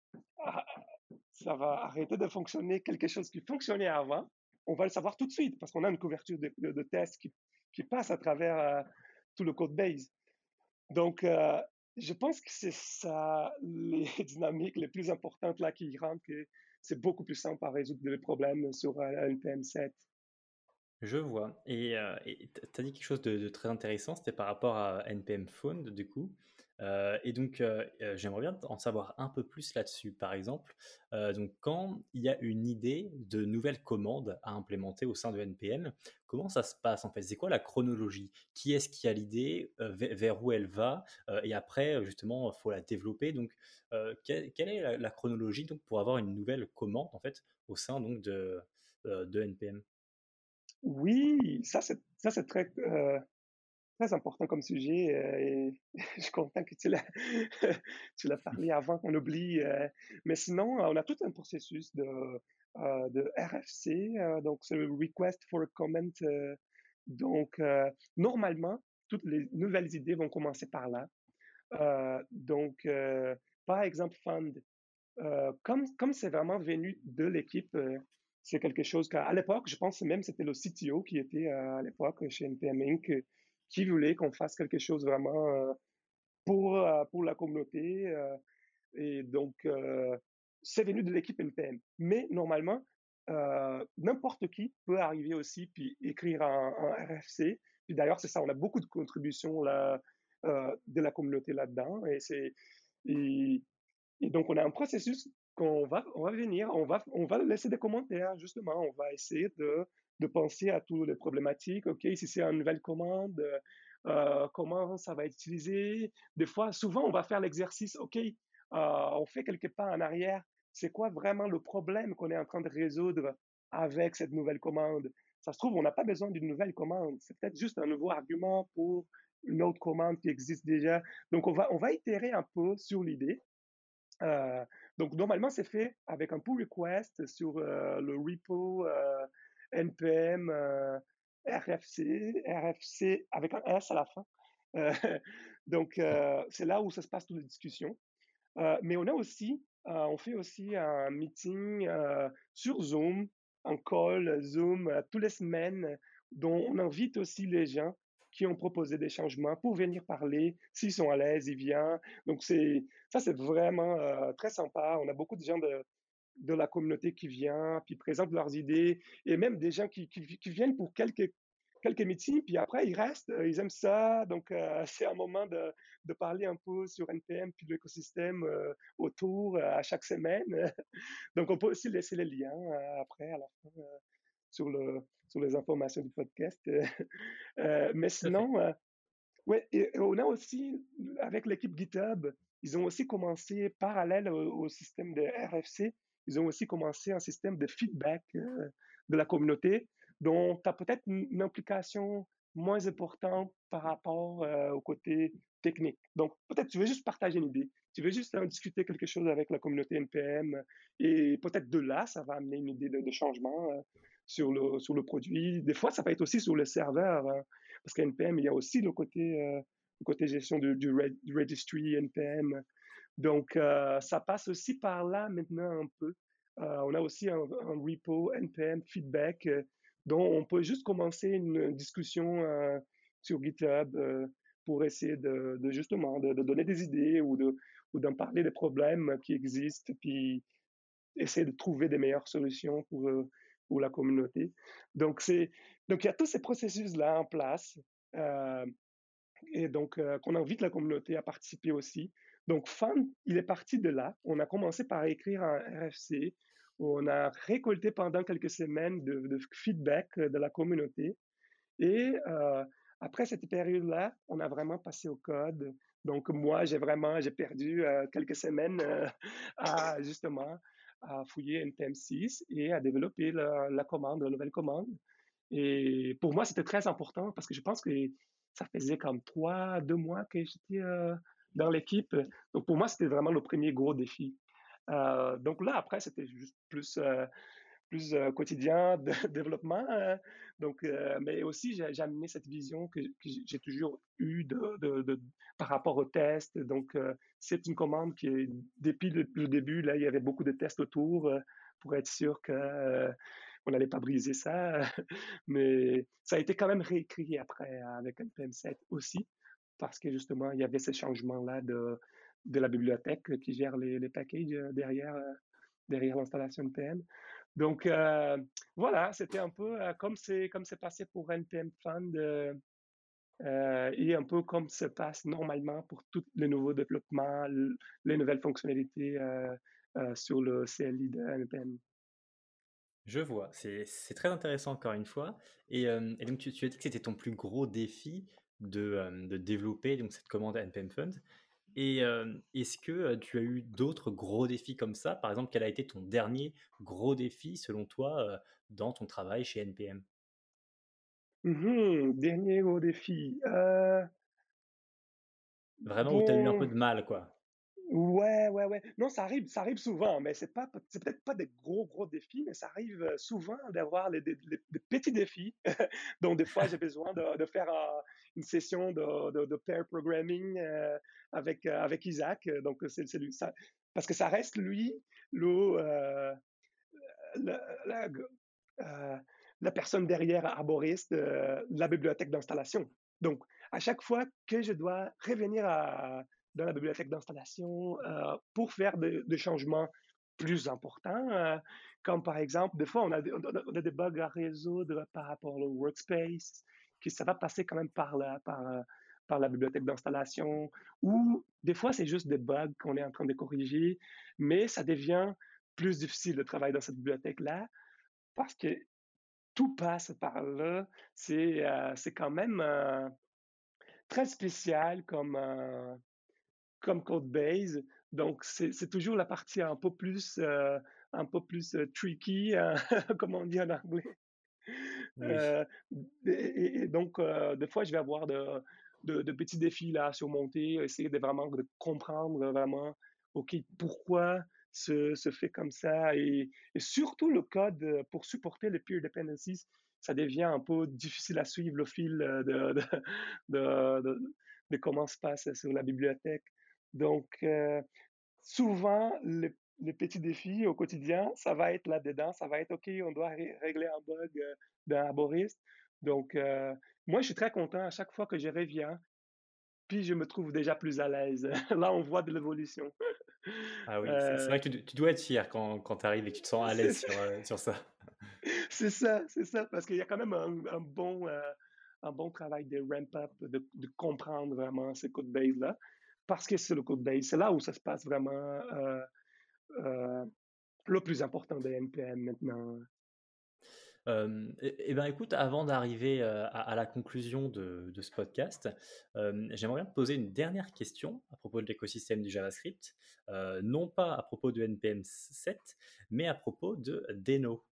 ça va arrêter de fonctionner quelque chose qui fonctionnait avant, on va le savoir tout de suite parce qu'on a une couverture de, de, de tests qui, qui, passe à travers euh, tout le code base. Donc, euh, je pense que c'est ça les dynamiques les plus importantes là qui rendent que c'est beaucoup plus simple à résoudre les problèmes sur euh, N P M sept. Je vois. Et tu as dit quelque chose de, de très intéressant, c'était par rapport à N P M Found, du coup. Euh, et donc, euh, j'aimerais bien en savoir un peu plus là-dessus. Par exemple, euh, donc quand il y a une idée de nouvelle commande à implémenter au sein de N P M, comment ça se passe en fait? C'est quoi la chronologie? Qui est-ce qui a l'idée? euh, Vers où elle va? euh, Et après, justement, il faut la développer. Donc, euh, quelle, quelle est la, la chronologie donc, pour avoir une nouvelle commande en fait au sein donc, de, euh, de N P M? Oui, ça c'est, ça, c'est très, euh, très important comme sujet euh, et je suis content que tu l'as, tu l'as parlé avant qu'on oublie. Euh, mais sinon, on a tout un processus de, euh, de R F C, euh, donc c'est le Request for Comment. Euh, donc, euh, normalement, toutes les nouvelles idées vont commencer par là. Euh, donc, euh, par exemple, Fund, euh, comme comme c'est vraiment venu de l'équipe, euh, c'est quelque chose qu'à l'époque, je pense même c'était le C T O qui était euh, à l'époque chez N P M Inc qui voulait qu'on fasse quelque chose vraiment euh, pour euh, pour la communauté euh, et donc euh, c'est venu de l'équipe N P M. Mais normalement, euh, n'importe qui peut arriver aussi puis écrire un, un R F C. Puis d'ailleurs, c'est ça, on a beaucoup de contributions là, euh, de la communauté là-dedans et c'est et, et donc, on a un processus qu'on va, on va venir, on va, on va laisser des commentaires, justement. On va essayer de, de penser à toutes les problématiques. OK, si c'est une nouvelle commande, euh, comment ça va être utilisé? Des fois, souvent, on va faire l'exercice. OK, euh, on fait quelques pas en arrière. C'est quoi vraiment le problème qu'on est en train de résoudre avec cette nouvelle commande? Ça se trouve, on n'a pas besoin d'une nouvelle commande. C'est peut-être juste un nouveau argument pour une autre commande qui existe déjà. Donc, on va, on va itérer un peu sur l'idée. Euh, donc, normalement, c'est fait avec un pull request sur euh, le repo euh, N P M euh, R F C, R F C avec un S à la fin. Euh, donc, euh, c'est là où ça se passe toutes les discussions. Euh, mais on a aussi, euh, on fait aussi un meeting euh, sur Zoom, un call Zoom euh, toutes les semaines, dont on invite aussi les gens qui ont proposé des changements pour venir parler. S'ils sont à l'aise, ils viennent. Donc c'est ça, c'est vraiment euh, très sympa. On a beaucoup de gens de, de la communauté qui viennent, puis présentent leurs idées, et même des gens qui, qui, qui viennent pour quelques quelques meetings, puis après, ils restent, euh, ils aiment ça. Donc, euh, c'est un moment de, de, parler un peu sur N P M puis l'écosystème euh, autour euh, à chaque semaine. Donc, on peut aussi laisser les liens euh, après, à la fin, euh, sur, le, sur les informations du podcast. euh, mais Tout à fait. sinon, euh, ouais, et on a aussi, avec l'équipe GitHub, ils ont aussi commencé, parallèle au, au système de R F C, ils ont aussi commencé un système de feedback euh, de la communauté. dont tu as peut-être une, une implication moins importante par rapport euh, au côté technique. Donc, peut-être tu veux juste partager une idée, tu veux juste en discuter quelque chose avec la communauté N P M et peut-être de là, ça va amener une idée de, de changement euh, sur, le, sur le produit. Des fois, ça peut être aussi sur le serveur, hein, parce qu'N P M, il y a aussi le côté, euh, le côté gestion du, du, reg, du registry N P M. Donc, euh, ça passe aussi par là maintenant un peu. Euh, on a aussi un, un repo N P M feedback euh, dont on peut juste commencer une discussion euh, sur GitHub euh, pour essayer de, de justement de, de, donner des idées ou de ou d'en parler des problèmes qui existent, puis essayer de trouver des meilleures solutions pour, euh, pour la communauté. Donc, c'est, donc, il y a tous ces processus-là en place. Euh, et donc euh, qu'on invite la communauté à participer aussi. Donc, Fan, il est parti de là. On a commencé par écrire un R F C. On a récolté pendant quelques semaines de, de feedback de la communauté. Et euh, après cette période-là, on a vraiment passé au code. Donc, moi, j'ai vraiment, j'ai perdu euh, quelques semaines euh, à justement à fouiller N P M six et à développer la, la commande, la nouvelle commande. Et pour moi, c'était très important parce que je pense que ça faisait comme trois, deux mois que j'étais euh, dans l'équipe. Donc pour moi, c'était vraiment le premier gros défi. Euh, donc là, après, c'était juste plus, euh, plus euh, quotidien de développement. Hein. Donc, euh, mais aussi, j'ai, j'ai amené cette vision que, que j'ai toujours eue de, de, de, par rapport aux tests. Donc, euh, c'est une commande qui, est, depuis le, le, début, là, il y avait beaucoup de tests autour euh, pour être sûr que euh, on n'allait pas briser ça. Mais ça a été quand même réécrit après avec N P M sept aussi, parce que justement, il y avait ces changements-là de, de la bibliothèque qui gère les, les packages derrière, derrière l'installation N P M. Donc, euh, voilà, c'était un peu euh, comme c'est comme c'est passé pour N P M Fund euh, euh, et un peu comme se passe normalement pour tous les nouveaux développements, les nouvelles fonctionnalités euh, euh, sur le C L I de N P M. Je vois, c'est c'est très intéressant encore une fois. Et, euh, et donc tu, tu as dit que c'était ton plus gros défi de, euh, de développer donc, cette commande N P M Fund. Et euh, est-ce que euh, tu as eu d'autres gros défis comme ça? Par exemple, quel a été ton dernier gros défi selon toi euh, dans ton travail chez N P M? Mhm, dernier gros défi. Euh, Vraiment où tu as eu un peu bon, de mal, quoi. ouais, ouais, ouais. Non, ça arrive, ça arrive souvent, mais c'est pas, c'est peut-être pas des gros, gros défis, mais ça arrive euh, souvent d'avoir les, les- les- des petits défis. Donc, des fois, j'ai besoin de, de faire euh, une session de, de, de pair programming euh, avec, euh, avec Isaac. Donc, c'est, c'est lui, ça, parce que ça reste lui, le, euh, la, la, euh, la personne derrière Arborist, euh, la bibliothèque d'installation. Donc, à chaque fois que je dois revenir à, dans la bibliothèque d'installation euh, pour faire des de changements plus importants, euh, comme par exemple, des fois, on a, des, on a des bugs à résoudre par rapport au workspace, que ça va passer quand même par la, par, par la bibliothèque d'installation, ou des fois, c'est juste des bugs qu'on est en train de corriger, mais ça devient plus difficile de travailler dans cette bibliothèque-là parce que tout passe par là. C'est euh, c'est quand même euh, très spécial comme, euh, comme code base. Donc, c'est c'est toujours la partie un peu plus, euh, un peu plus euh, tricky, euh, comme on dit en anglais. Oui. Euh, et, et donc, euh, des fois, je vais avoir de, de, de petits défis là, à surmonter, essayer de vraiment de comprendre vraiment, OK, pourquoi se, se fait comme ça. Et, et surtout, le code euh, pour supporter les peer dependencies, ça devient un peu difficile à suivre le fil de, de, de, de, de comment se passe sur la bibliothèque. Donc, euh, souvent, les, les, petits défis au quotidien, ça va être là-dedans, ça va être OK, on doit ré- régler un bug euh, d'un arboriste. Donc, euh, moi, je suis très content à chaque fois que je reviens, puis je me trouve déjà plus à l'aise. Là, on voit de l'évolution. Ah oui, c'est c'est Euh, vrai que tu, tu dois être fier quand, quand tu arrives et que tu te sens à c'est l'aise ça, sur, euh, sur ça. c'est ça, c'est ça, parce qu'il y a quand même un, un bon, euh, un bon travail de ramp-up, de, de, comprendre vraiment ce code base-là, parce que c'est le code base, c'est là où ça se passe vraiment euh, euh, le plus important de N P M maintenant. Euh, et, et ben écoute, avant d'arriver euh, à, à la conclusion de, de ce podcast, euh, j'aimerais bien te poser une dernière question à propos de l'écosystème du JavaScript, euh, non pas à propos de N P M sept, mais à propos de Deno.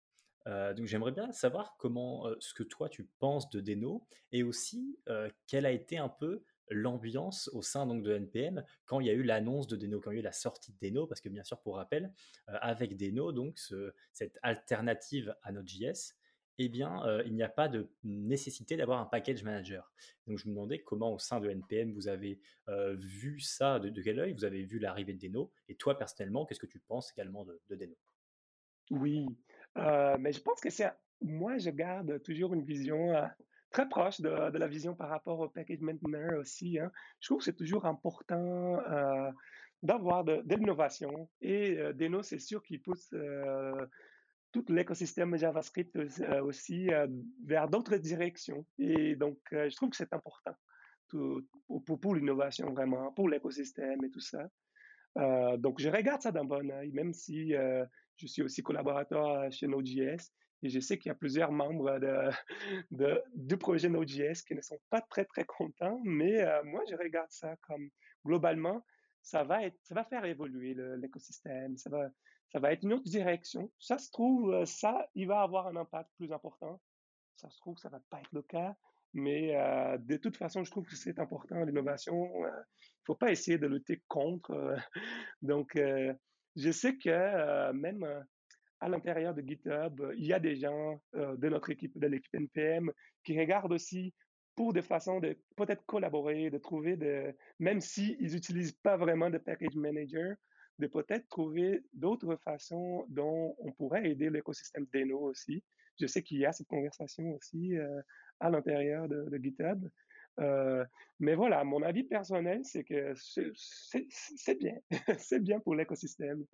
Heu, donc j'aimerais bien savoir comment, heu, ce que toi tu penses de Deno et aussi, heu, quelle a été un peu l'ambiance au sein donc de N P M quand il y a eu l'annonce de Deno, quand il y a eu la sortie de Deno? Parce que bien sûr pour rappel, heu, avec Deno donc ce cette alternative à Node.js, eh bien, heu, il n'y a pas de nécessité d'avoir un package manager. Donc je me demandais comment au sein de N P M vous avez, heu, vu ça, de de quel œil vous avez vu l'arrivée de Deno? Et toi personnellement, qu'est-ce que tu penses également de de Deno? Oui, heu, mais je pense que c'est moi, je garde toujours une vision, heu, très proche de de la vision par rapport au package mainteneur aussi, hein. Je trouve que c'est toujours important, heu, d'avoir de de l'innovation et heu, Deno, c'est sûr qu'il pousse, heu, tout l'écosystème JavaScript aus heu, aussi, heu, vers d'autres directions et donc heu, je trouve que c'est important, tout pour pour pour l'innovation vraiment, pour l'écosystème et tout ça. Euh, donc, je regarde ça d'un bon œil, même si euh, je suis aussi collaborateur euh, chez Node.js et je sais qu'il y a plusieurs membres de, de- du projet Node.js qui ne sont pas très, très contents, mais euh, moi, je regarde ça comme globalement, ça va être, ça va faire évoluer le- l'écosystème, ça va, ça va être une autre direction. Ça se trouve, euh, ça, il va avoir un impact plus important. Ça se trouve, ça va pas être le cas, mais euh, de toute façon, je trouve que c'est important, l'innovation. Il ne faut pas essayer de lutter contre. euh, donc, euh, je sais que euh, même euh, à l'intérieur de GitHub, euh, il y a des gens euh, de notre équipe, de l'équipe N P M, qui regardent aussi pour des façons de peut-être collaborer, de trouver de, même s'ils n'utilisent pas vraiment de package manager, de peut-être trouver d'autres façons dont on pourrait aider l'écosystème Deno aussi. Je sais qu'il y a cette conversation aussi euh, à l'intérieur de, de GitHub. Euh, mais voilà, mon avis personnel, c'est que c'est c'est- c'est bien. C'est bien pour l'écosystème.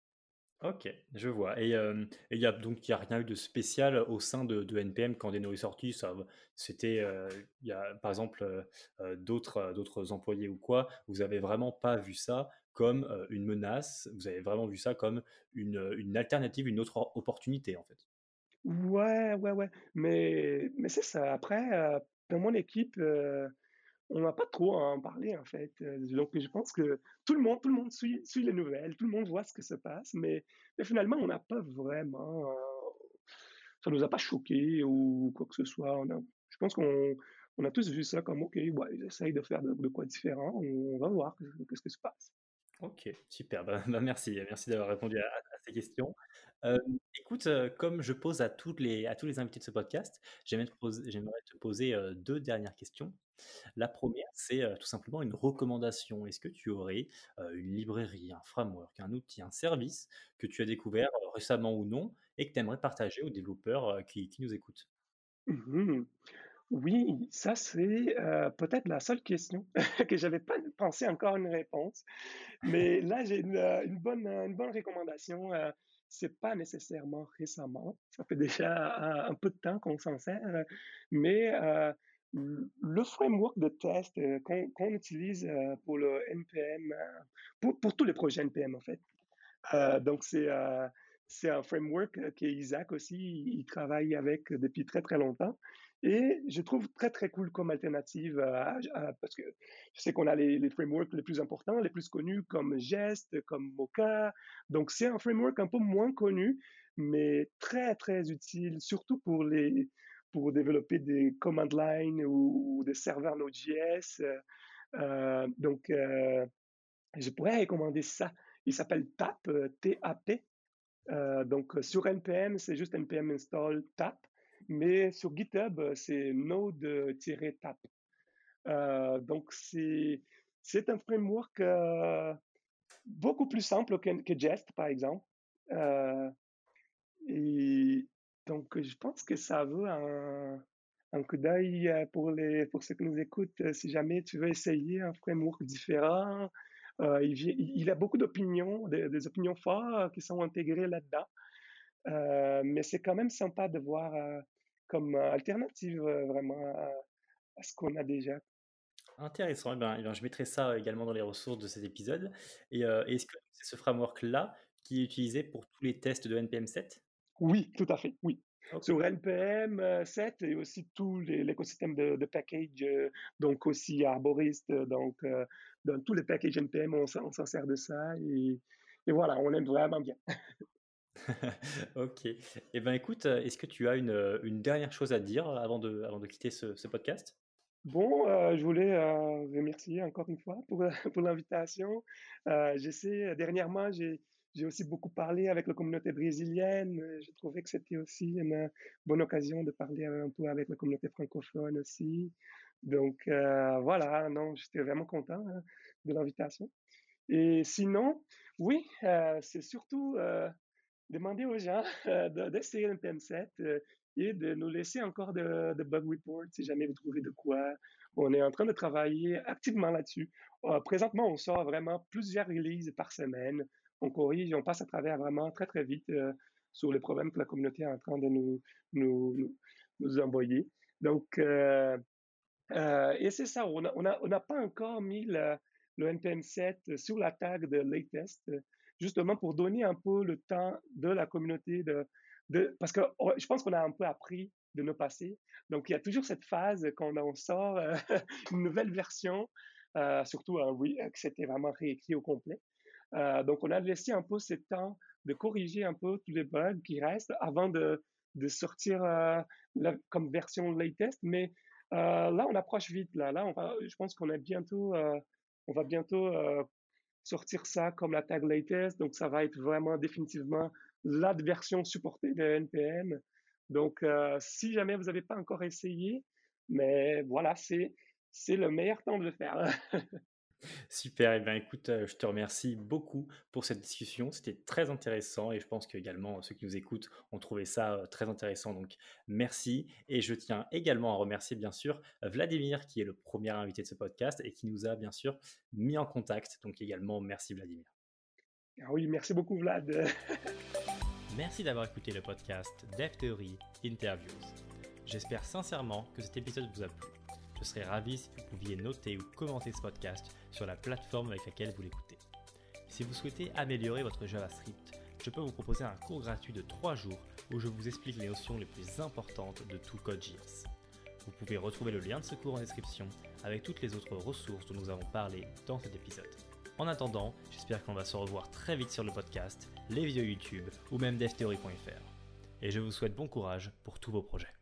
OK, je vois et hem et il y a donc il y a rien eu de spécial au sein de de N P M quand Deno est sorti, ça v c'était, heu, il y a par exemple, heu heu, d'autres, heu, d'autres employés ou quoi, vous avez vraiment pas vu ça comme, heu, une menace, vous avez vraiment vu ça comme une, heu, une alternative, une autre o opportunité, en fait? Ouais, ouais, ouais. Mais, mais c'est ça. Après, euh, dans mon équipe, euh, on n'a pas trop à en parler, en fait. Euh, Donc, je pense que tout le monde, tout le monde suit, suit les nouvelles, tout le monde voit ce que se passe, mais, mais finalement, on n'a pas vraiment, euh, ça nous a pas choqué ou quoi que ce soit. On a- je pense qu'on on a tous vu ça comme, OK, ouais, ils essayent de faire de, de quoi différent, on va voir qu'est-ce qui se passe. OK, super, bah bah, merci, merci d'avoir répondu à à à ces questions. Hem, écoute, heu, comme je pose à toutes les à tous les invités de ce podcast, j'aimerais te poser j'aimerais te poser, heu, deux dernières questions. La première, c'est, heu, tout simplement une recommandation. Est-ce que tu aurais, heu, une librairie, un framework, un outil, un service que tu as découvert, heu, récemment ou non et que tu aimerais partager aux développeurs, heu, qui qui nous écoutent? Mhm. Oui, ça c'est euh, peut-être la seule question que j'avais pas pensé encore une réponse. Mais là, j'ai une, euh, une bonne, euh, une bonne recommandation. Euh, c'est pas nécessairement récemment. Ça fait déjà un, un peu de temps qu'on s'en sert. euh, Mais euh, le le framework de test euh, qu'on qu'on utilise euh, pour le N P M, euh, pour, pour tous les projets N P M en fait. Euh, donc, c'est euh, c'est un framework euh, qu'Isaac aussi, il, il travaille avec depuis très, très longtemps. Et je trouve très, très cool comme alternative à- à- parce que je sais qu'on a les, les frameworks les plus importants, les plus connus comme Jest, comme Mocha. Donc, c'est un framework un peu moins connu, mais très, très utile, surtout pour les, pour développer des command line ou, ou des serveurs Node.js. Euh, donc, euh, je pourrais recommander ça. Il s'appelle Tap, euh, T A P. Euh, donc, euh, sur N P M, c'est juste N P M install Tap. Mais sur GitHub, euh, c'est Node-Tap. Euh, donc, c'est, c'est un framework euh, beaucoup plus simple que, que Jest, par exemple. Euh, et donc, je pense que ça vaut un, un coup d'œil euh, pour les, pour ceux qui nous écoutent. euh, Si jamais tu veux essayer un framework différent, euh, il, vi- il a beaucoup d'opinions, des, des opinions fortes qui sont intégrées là-dedans. Euh, mais c'est quand même sympa de voir euh, comme euh, alternative euh, vraiment à, à ce qu'on a déjà. Intéressant, eh ben eh ben, je mettrai ça également dans les ressources de cet épisode et heu, est-ce que c'est ce framework-là qui est utilisé pour tous les tests de N P M sept? Oui, tout à fait, oui. OK. Sur N P M euh, sept et aussi tout les- l'écosystème de, de package, euh, donc aussi Arborist, euh, donc euh, dans tous les packages N P M, on, s'en on s'en sert de ça et, et voilà, on aime vraiment bien. Ok. Eh ben écoute, euh, est-ce que tu as une, euh, une dernière chose à dire avant de, avant de quitter ce, ce podcast? Bon, euh, je voulais euh, remercier encore une fois pour, pour l'invitation. Euh, j'essaie, dernièrement, j'ai, j'ai aussi beaucoup parlé avec la communauté brésilienne. Euh, J'ai trouvé que c'était aussi une euh, bonne occasion de parler un peu avec la communauté francophone aussi. Donc euh, voilà, non, j'étais vraiment content hein, de l'invitation. Et sinon, oui, euh, c'est surtout euh, demander aux gens euh, de- d'essayer le P M sept euh, et de nous laisser encore de, de bug report si jamais vous trouvez de quoi. On est en train de travailler activement là-dessus. Euh, présentement, on sort vraiment plusieurs releases par semaine. On corrige, on passe à travers vraiment très, très vite euh, sur les problèmes que la communauté est en train de nous, nous, nous, nous envoyer. Donc, euh, euh, et c'est ça, on n'a on a, on a pas encore mis le, le N P M sept sur la tag de latest, euh, justement pour donner un peu le temps de la communauté de, de parce que oh, je pense qu'on a un peu appris de nos passés. Donc il y a toujours cette phase quand on sort euh, une nouvelle version, euh, surtout un re- que c'était vraiment réécrit au complet. Euh, donc on a laissé un peu ce temps de corriger un peu tous les bugs qui restent avant de, de sortir euh, la, comme version latest, mais euh, là, on approche vite. Là, là, on va, je pense qu'on est bientôt, euh, on va bientôt euh, sortir ça comme la tag latest. Donc, ça va être vraiment définitivement la version supportée de N P M. Donc, euh, si jamais vous n'avez pas encore essayé, mais voilà, c'est c'est le meilleur temps de le faire. Super, et bien écoute, euh, je te remercie beaucoup pour cette discussion, c'était très intéressant et je pense que également ceux qui nous écoutent ont trouvé ça euh, très intéressant, donc merci. Et je tiens également à remercier bien sûr Vladimir qui est le premier invité de ce podcast et qui nous a bien sûr mis en contact, donc également merci Vladimir. Ah oui, merci beaucoup, Vlad. Merci d'avoir écouté le podcast Dev Theory Interviews. J'espère sincèrement que cet épisode vous a plu. Je serais ravi si vous pouviez noter ou commenter ce podcast sur la plateforme avec laquelle vous l'écoutez. Si vous souhaitez améliorer votre JavaScript, je peux vous proposer un cours gratuit de trois jours où je vous explique les notions les plus importantes de tout Code.js. Vous pouvez retrouver le lien de ce cours en description avec toutes les autres ressources dont nous avons parlé dans cet épisode. En attendant, j'espère qu'on va se revoir très vite sur le podcast, les vidéos YouTube ou même devtheory point f r. Et je vous souhaite bon courage pour tous vos projets.